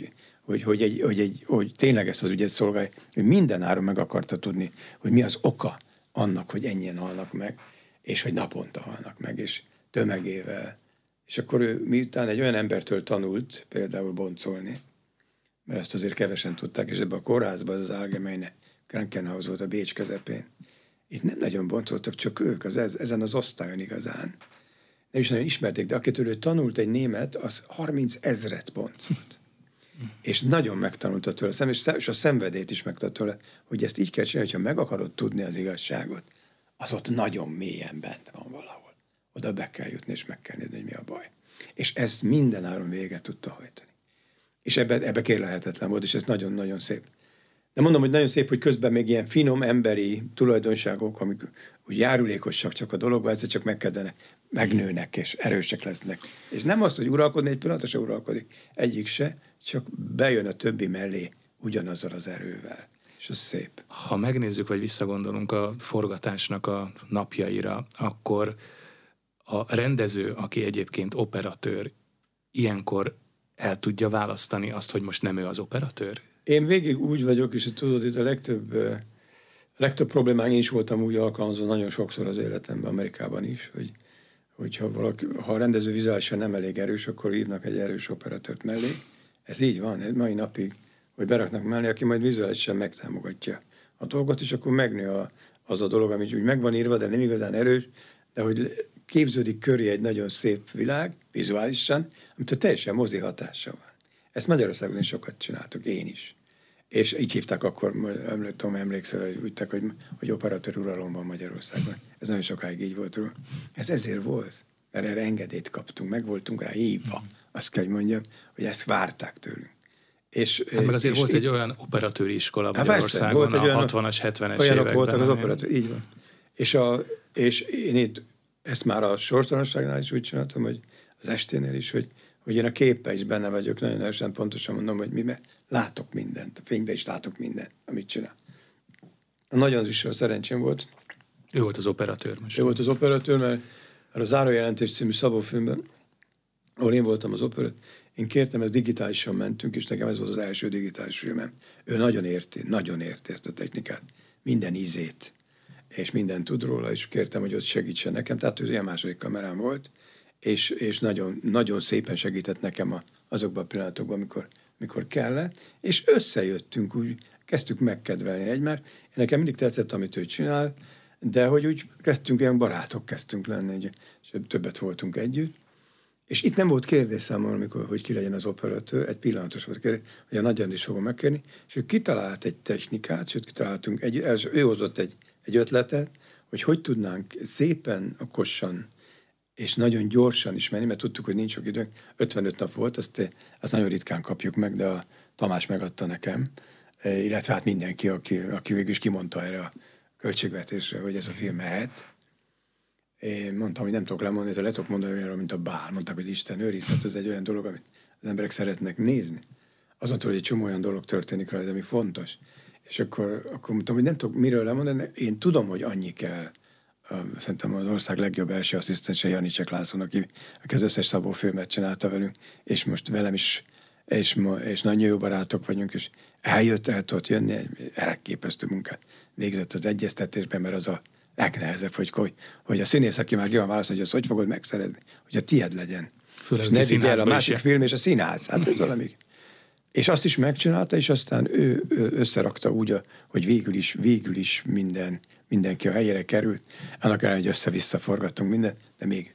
hogy tényleg ezt az ügyet szolgálja, hogy minden áron meg akarta tudni, hogy mi az oka annak, hogy ennyien halnak meg, és hogy naponta halnak meg, és tömegével. És akkor ő miután egy olyan embertől tanult például boncolni, mert ezt azért kevesen tudták, és ebben a kórházban az Allgemeine Krankenhaus volt a Bécs közepén. Itt nem nagyon boncoltak, csak ők, ezen az osztályon igazán. Nem is nagyon ismerték, de akitől ő tanult egy német, az 30 000 boncolt. És nagyon megtanulta tőle, és a szenvedélyt is megtanult tőle, hogy ezt így kell csinálni, hogyha meg akarod tudni az igazságot, az ott nagyon mélyen bent van valahol. Oda be kell jutni, és meg kell nézni, hogy mi a baj. És ezt minden áron végre tudta hajtani. És ebbe kérlelhetetlen volt, és ez nagyon-nagyon szép. De mondom, hogy nagyon szép, hogy közben még ilyen finom emberi tulajdonságok, amik úgy járulékosak csak a dologban, egyszer csak megkezdenek, megnőnek, és erősek lesznek. És nem az, hogy uralkodni, egy pillanatra se uralkodik, egyik se, csak bejön a többi mellé ugyanazzal az erővel. És az szép. Ha megnézzük, vagy visszagondolunk a forgatásnak a napjaira, akkor a rendező, aki egyébként operatőr, ilyenkor el tudja választani azt, hogy most nem ő az operatőr? Én végig úgy vagyok, és tudod, itt a legtöbb problémánk is voltam úgy alkalmazva nagyon sokszor az életemben, Amerikában is, hogy ha a rendező vizuálisan nem elég erős, akkor hívnak egy erős operatőrt mellé. Ez így van, mai napig, hogy beraknak mellé, aki majd vizuálisan megtámogatja a dolgot, és akkor megnő az a dolog, ami úgy meg van írva, de nem igazán erős, de hogy képződik köré egy nagyon szép világ, vizuálisan, amit teljesen mozi hatása van. Ezt Magyarországon is sokat csináltuk, én is. És így hívták akkor, emlékszel, hogy úgy tettek, hogy operatőr uralom van Magyarországon. Ez nagyon sokáig így volt. Ez ezért volt, mert erre engedélyt kaptunk, meg voltunk rá hívva. azt kell, hogy mondjam, hogy ezt várták tőlünk. Hát meg azért volt egy olyan operatőri iskola Magyarországon a 60-as, 70-es években. Voltak az operatőr, így van. És én itt ezt már a sorstalanságnál is úgy csináltam, hogy az esténél is, hogy én a képben is benne vagyok, nagyon erősen pontosan mondom, hogy mert látok mindent, a fényben is látok mindent, amit csinál. Nagyon is szerencsém volt. Ő volt az operatőr most. Ő volt az operatőr, mert a Zárójelentés című Szabó filmben, ahol én voltam az operatőr, én kértem, ezt digitálisan mentünk, és nekem ez volt az első digitális filmem. Ő nagyon érti ezt a technikát, minden ízét, és minden tud róla, és kértem, hogy ott segítsen nekem. Tehát ő ilyen második kamerám volt, és nagyon, nagyon szépen segített nekem azokban a pillanatokban, amikor kellett, és összejöttünk, úgy kezdtük megkedvelni egymást. Nekem mindig tetszett, amit ő csinál, de hogy úgy kezdtünk, ilyen barátok kezdtünk lenni, és többet voltunk együtt. És itt nem volt kérdés számomra, hogy ki legyen az operatőr, egy pillanatos volt kérdés, hogy a Nagy Andris fogom megkérni, és ő kitalált egy technikát, sőt kitaláltunk ő hozott egy ötletet, hogy tudnánk szépen, okosan és nagyon gyorsan is menni, mert tudtuk, hogy nincs sok időnk. 55 nap volt, azt nagyon ritkán kapjuk meg, de a Tamás megadta nekem, illetve hát mindenki, aki végül is kimondta erre a költségvetésre, hogy ez a film mehet. Én mondtam, hogy nem tudok lemondani, ezzel le tudok mondani olyanról, mint a bál. Mondták, hogy Isten őriz, hát ez egy olyan dolog, amit az emberek szeretnek nézni. Azon túl, hogy egy csomó olyan dolog történik rajta, ami fontos. És akkor mondtam, hogy nem tudok miről lemondani, én tudom, hogy annyi kell. Szerintem az ország legjobb első asszisztense Janicek Lászlón, aki az összes Szabó filmet csinálta velünk, és most velem is, és nagyon jó barátok vagyunk, és el tudott jönni, egy elképesztő munkát végzett az egyeztetésben, mert az a legnehezebb, hogy a színész, aki már jól választ, hogy azt hogy fogod megszerezni, hogy a tied legyen. Főleg és ne vidd el a másik film és a színház. Hát ez valami. És azt is megcsinálta, és aztán ő összerakta úgy, hogy végül is mindenki a helyére került. Annak ellenére, hogy össze-vissza forgattunk mindent, de még.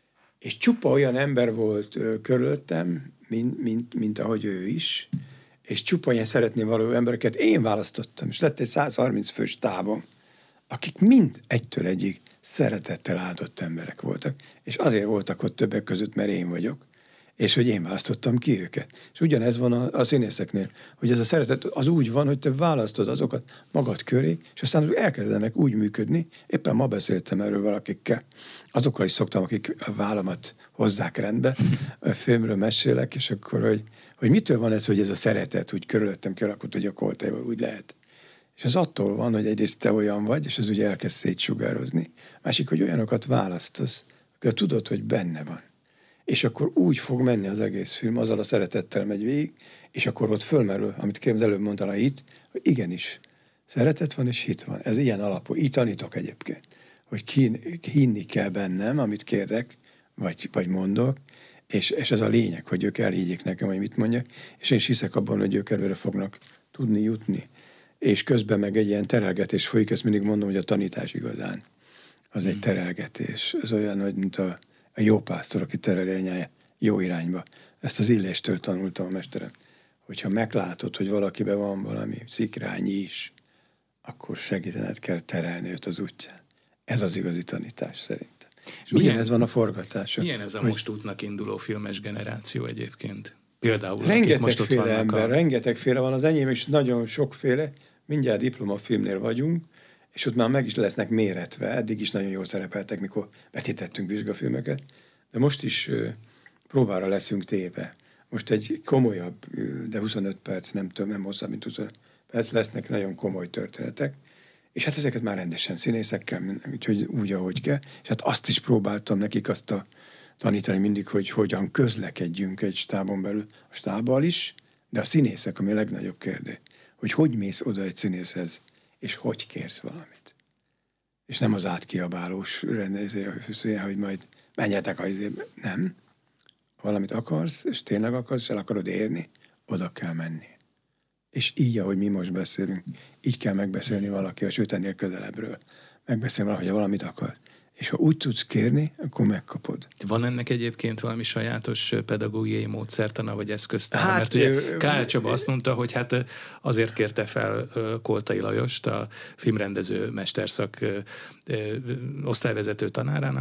És csupa olyan ember volt körülöttem, mint ahogy ő is, és csupa ilyen szeretni való embereket én választottam, és lett egy 130 fős tábom, akik mind egytől egyig szeretettel áldott emberek voltak, és azért voltak ott többek között, mert én vagyok, és hogy én választottam ki őket. És ugyanez van a színészeknél, hogy ez a szeretet az úgy van, hogy te választod azokat magad köré, és aztán elkezdenek úgy működni. Éppen ma beszéltem erről valakikkel. Azokkal is szoktam, akik a vállamat hozzák rendbe, a filmről mesélek, és akkor, hogy mitől van ez, hogy ez a szeretet úgy körülöttem kialakult, hogy a Koltaival úgy lehet. És az attól van, hogy egyrészt te olyan vagy, és az ugye elkezd szétsugározni. Másik, hogy olyanokat választasz, akkor tudod, hogy benne van. És akkor úgy fog menni az egész film, azzal a szeretettel megy végig, és akkor ott fölmerül, amit előbb mondtál, a hit, hogy igenis, szeretet van és hit van. Ez ilyen alapú. Így tanítok egyébként, hogy hinni kell bennem, amit kérdek, vagy mondok, és ez a lényeg, hogy ők elhiggyék nekem, hogy mit mondjak, és én is hiszek abban, hogy ők előre fognak tudni jutni. És közben meg egy ilyen terelgetés folyik, ezt mindig mondom, hogy a tanítás igazán. Az egy terelgetés. Ez olyan, hogy mint a jó pásztor, aki tereli anyáját jó irányba. Ezt az Illéstől tanultam a mesterem, hogyha meglátod, hogy valakiben van valami szikrányi is, akkor segítened kell terelni őt az útján. Ez az igazi tanítás szerintem. És ugyanez van a forgatáson. Milyen ez a most útnak induló filmes generáció egyébként? Például, akik most ott vannak. Ember, rengetegféle van, az enyém is nagyon sokféle. Mindjárt diplomafilmnél vagyunk, és ott már meg is lesznek méretve. Eddig is nagyon jól szerepeltek, mikor vetítettünk vizsgafilmeket, de most is próbára leszünk téve. Most egy komolyabb, de 25 perc, nem hosszabb, mint 25 perc, lesznek nagyon komoly történetek, és hát ezeket már rendesen színészekkel, úgyhogy úgy, ahogy kell. És hát azt is próbáltam nekik tanítani mindig, hogy hogyan közlekedjünk egy stábon belül, a stábbal is, de a színészek, ami a legnagyobb kérdés, hogy mész oda egy színészhez, és hogy kérsz valamit. És nem az átkiabálós rendező, hogy majd menjetek az nem. Valamit akarsz, és tényleg akarsz, és el akarod érni, oda kell menni. És így, ahogy mi most beszélünk, így kell megbeszélni valakivel, sőt ennél közelebbről. Megbeszélni valahogy, valamit akar. És ha úgy tudsz kérni, akkor megkapod. Van ennek egyébként valami sajátos pedagógiai módszertana, vagy eszköztana? Mert ugye Kál Csaba azt mondta, hogy hát azért kérte fel Koltai Lajost, a filmrendező mesterszak osztályvezető tanárának, hogy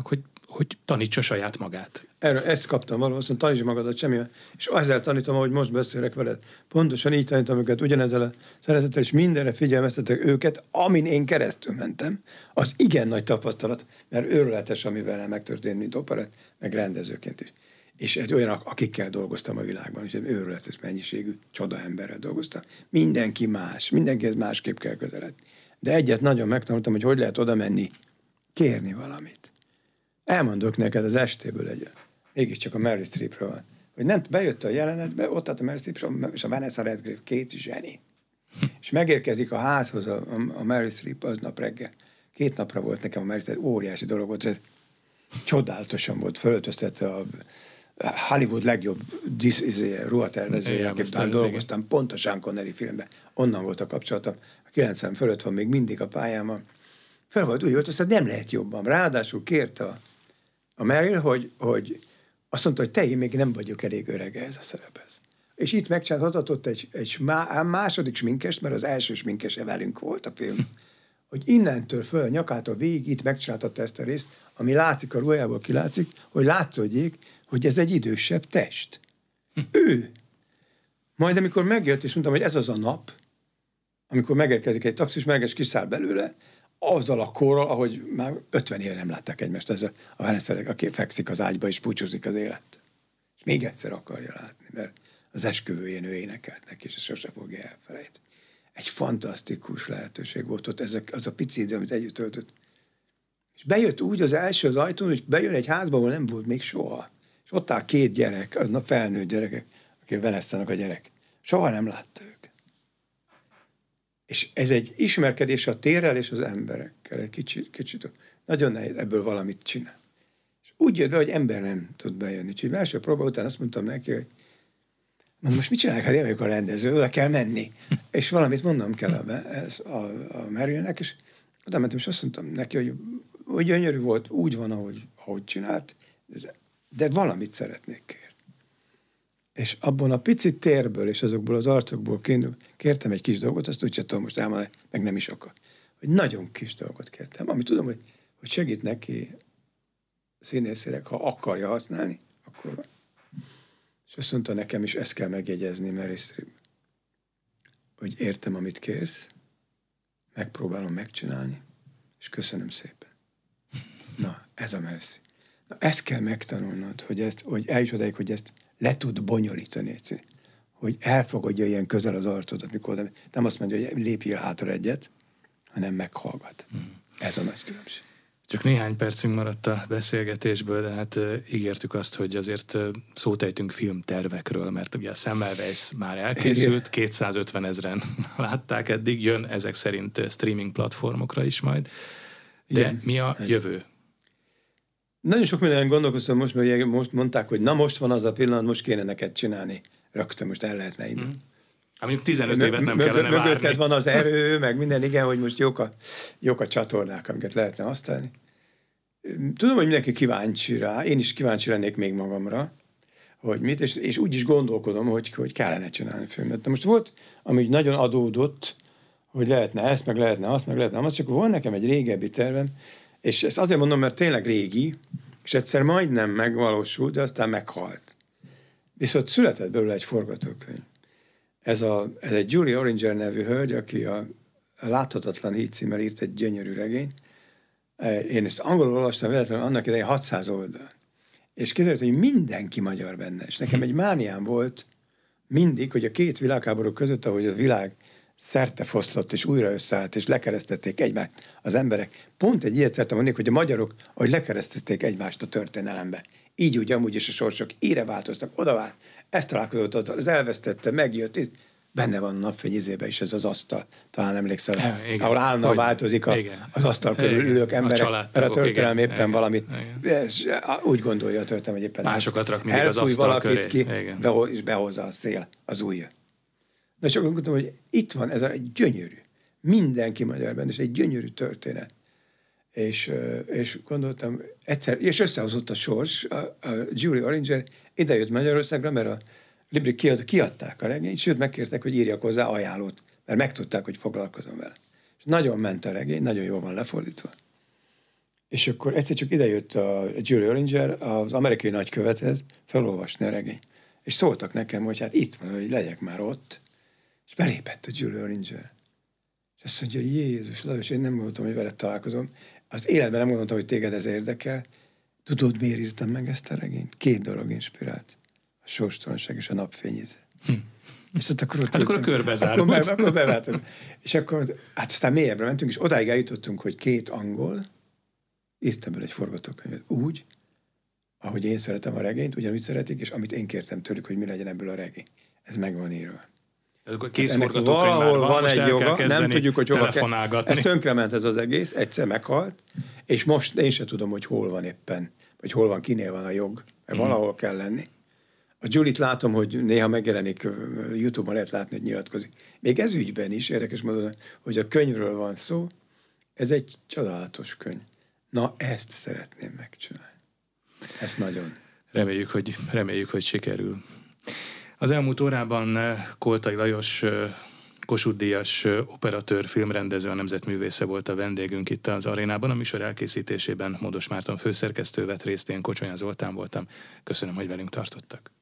hogy tanítsa saját magát. Erről ezt kaptam valószínűleg, tanítsd magadat semmi, és ezzel tanítom, ahogy most beszélek veled. Pontosan így tanítom őket, ugyanezzel a szeretettel, és mindenre figyelmeztetek őket, amin én keresztül mentem. Az igen nagy tapasztalat, mert őrületes, ami velem megtörtént, mint operett, meg rendezőként is. És ez olyan, akikkel dolgoztam a világban, és őrületes mennyiségű csodaemberrel dolgoztam. Mindenki más, mindenkihez másképp kell közeledni. De egyet nagyon megtanultam, hogy lehet oda menni, kérni valamit. Elmondok neked az estéből mégiscsak a Meryl Streepről van, hogy nem bejött a jelenetbe, ott állt a Meryl Streep és a Vanessa Redgrave, két zseni. És megérkezik a házhoz a Meryl Streep aznap reggel. 2 napra volt nekem a Meryl Streep, óriási dolog volt, ez csodálatosan volt, fölöltöztette a Hollywood legjobb ruhatervezője, akikkel dolgoztam, pont a Sean Connery filmben. Onnan volt a kapcsolatom. A 90 fölött van még mindig a pályámon. Fel volt úgy öltöztetve, nem lehet jobban. Ráadásul kérte a Meryl, hogy azt mondta, hogy én még nem vagyok elég öreg ez a szerephez. És itt megcsinálhatott egy második sminkest, mert az első sminkese velünk volt a film, hogy innentől föl a nyakától végig itt megcsináltatta ezt a részt, ami látszik a ruhájából, kilátszik, hogy látszódjék, hogy ez egy idősebb test. Ő. Majd amikor megjött, és mondtam, hogy ez az a nap, amikor megérkezik egy taxis, és kiszáll belőle, azzal a korral, ahogy már 50 éve nem látták egymást, ez a Vanessa, aki fekszik az ágyba és búcsúzik az élet. És még egyszer akarja látni, mert az esküvőjén ő énekelt neki, és sose fogja elfelejteni. Egy fantasztikus lehetőség volt ott, az a pici idő, amit együtt töltött. És bejött úgy az első az ajtón, hogy bejön egy házba, ahol nem volt még soha. És ott áll 2 gyerek, aznak felnőtt gyerekek, akik Vanessa-nak a gyerek. Soha nem látta őket. És ez egy ismerkedés a térrel és az emberekkel, egy kicsit. Nagyon nehéz ebből valamit csinál. És úgy jött be, hogy ember nem tud bejönni. Úgyhogy első próba után azt mondtam neki, hogy most mit csinálják, ha én vagyok a rendező, oda kell menni. És valamit mondnom kell a Merylnek, és oda mentem, és azt mondtam neki, hogy gyönyörű volt, úgy van, ahogy csinált, de valamit szeretnék kérni. És abban a pici térből és azokból az arcokból kértem egy kis dolgot, azt úgyse tudom most elmondani, meg nem is akar. Hogy nagyon kis dolgot kértem, amit tudom, hogy segít neki színészileg, ha akarja használni, akkor van. És azt mondta nekem is, ezt kell megjegyezni, Meryl Streep, hogy értem, amit kérsz, megpróbálom megcsinálni, és köszönöm szépen. Na, ez a Meryl Streep. Na, ezt kell megtanulnod, hogy eljuss odáig, hogy ezt le tud bonyolítani, hogy elfogadja ilyen közel az arcodat, mikor nem azt mondja, hogy lépjél hátra egyet, hanem meghallgat. Ez a nagy különbség. Csak néhány percünk maradt a beszélgetésből, de hát ígértük azt, hogy azért szót ejtünk filmtervekről, mert ugye a Semmelweis már elkészült, 250 000 látták eddig, jön ezek szerint streaming platformokra is majd. De igen, mi a jövő? Nagyon sok minden gondolkoztam most, mert most mondták, hogy na most van az a pillanat, most kéne neked csinálni. Rögtön most el lehetne indulni. Mondjuk 15 évet nem kellene várni. Mögötted van az erő, meg minden, igen, hogy most jók a csatornák, amiket lehetne használni. Tudom, hogy mindenki kíváncsi rá, én is kíváncsi lennék még magamra, hogy mit, és úgy is gondolkodom, hogy kellene csinálni filmet. De most volt, ami nagyon adódott, hogy lehetne ezt, meg lehetne azt, meg lehetne azt, csak volt nekem egy régebbi tervem, és ezt azért mondom, mert tényleg régi, és egyszer majdnem megvalósult, de aztán meghalt. Viszont született belőle egy forgatókönyv. Ez egy Julie Oringer nevű hölgy, aki a Láthatatlan híd címmel írt egy gyönyörű regényt. Én ezt angolul olvastam véletlenül annak idején 600 oldal. És kiderült, hogy mindenki magyar benne. És nekem egy mániám volt mindig, hogy a 2 világháború között, ahogy a világ szerte foszlott, és újra összeállt, és lekeresztették egymást az emberek. Pont egy ilyet szerettem mondani, hogy a magyarok, ahogy lekeresztették egymást a történelembe. Így úgy, amúgy is a sorsok ére változtak, odavált. Ezt találkozott azzal, ez elvesztette, megjött, benne van a Napfény izébe is ez az asztal. Talán emlékszel, ahol állandóan változik az asztal körül ülők emberek, mert a történelem éppen valamit, úgy gondolja a történelem, hogy éppen másokat rak mindig az asztal köré. Ki, és behozza a szél, az ujja. Na csak gondoltam, hogy itt van ez egy gyönyörű, mindenki magyar benne, és egy gyönyörű történet. És gondoltam, és összehozott a sors, a Julie Oringer idejött Magyarországra, mert a Libri kiadták a regényt, sőt megkértek, hogy írjak hozzá ajánlót, mert megtudták, hogy foglalkozom vele. És nagyon ment a regény, nagyon jól van lefordítva. És akkor egyszer csak idejött a Julie Orringer az amerikai nagykövethez felolvasni a regényt. És szóltak nekem, hogy hát itt van, hogy legyek már ott. És belépett a Julie Orringer. És azt mondja, Jézus, Lajos, én nem mondtam, hogy veled találkozom. Az életben nem gondoltam, hogy téged ez érdekel. Tudod, miért írtam meg ezt a regényt? 2 dolog inspirált. A sorstalanság és a napfényíze. És akkor körbezárult. Akkor beváltozom. És akkor, hát aztán mélyebbre mentünk, és odáig eljutottunk, hogy 2 angol írtam bele egy forgatókönyvet úgy, ahogy én szeretem a regényt, ugyanúgy szeretik, és amit én kértem tőlük, hogy mi legyen ebből a regény. Ez meg van írva. Akkor kész forgatókönyv már van, most egy joga, nem tudjuk, hogy telefonálgatni. Ez tönkrement ez az egész, egyszer meghalt, és most én sem tudom, hogy hol van éppen, vagy hol van, kinél van a jog, mert valahol kell lenni. A Julie-t látom, hogy néha megjelenik, YouTube-on lehet látni, hogy nyilatkozik. Még ez ügyben is érdekes módon, hogy a könyvről van szó, ez egy csodálatos könyv. Na, ezt szeretném megcsinálni. Ezt nagyon. Reméljük, hogy sikerül. Az elmúlt órában Koltai Lajos Kossuth-díjas operatőr, filmrendező, a nemzetművésze volt a vendégünk itt az arénában. A műsor elkészítésében Módos Márton főszerkesztő vett részt, én Kocsonya Zoltán voltam. Köszönöm, hogy velünk tartottak.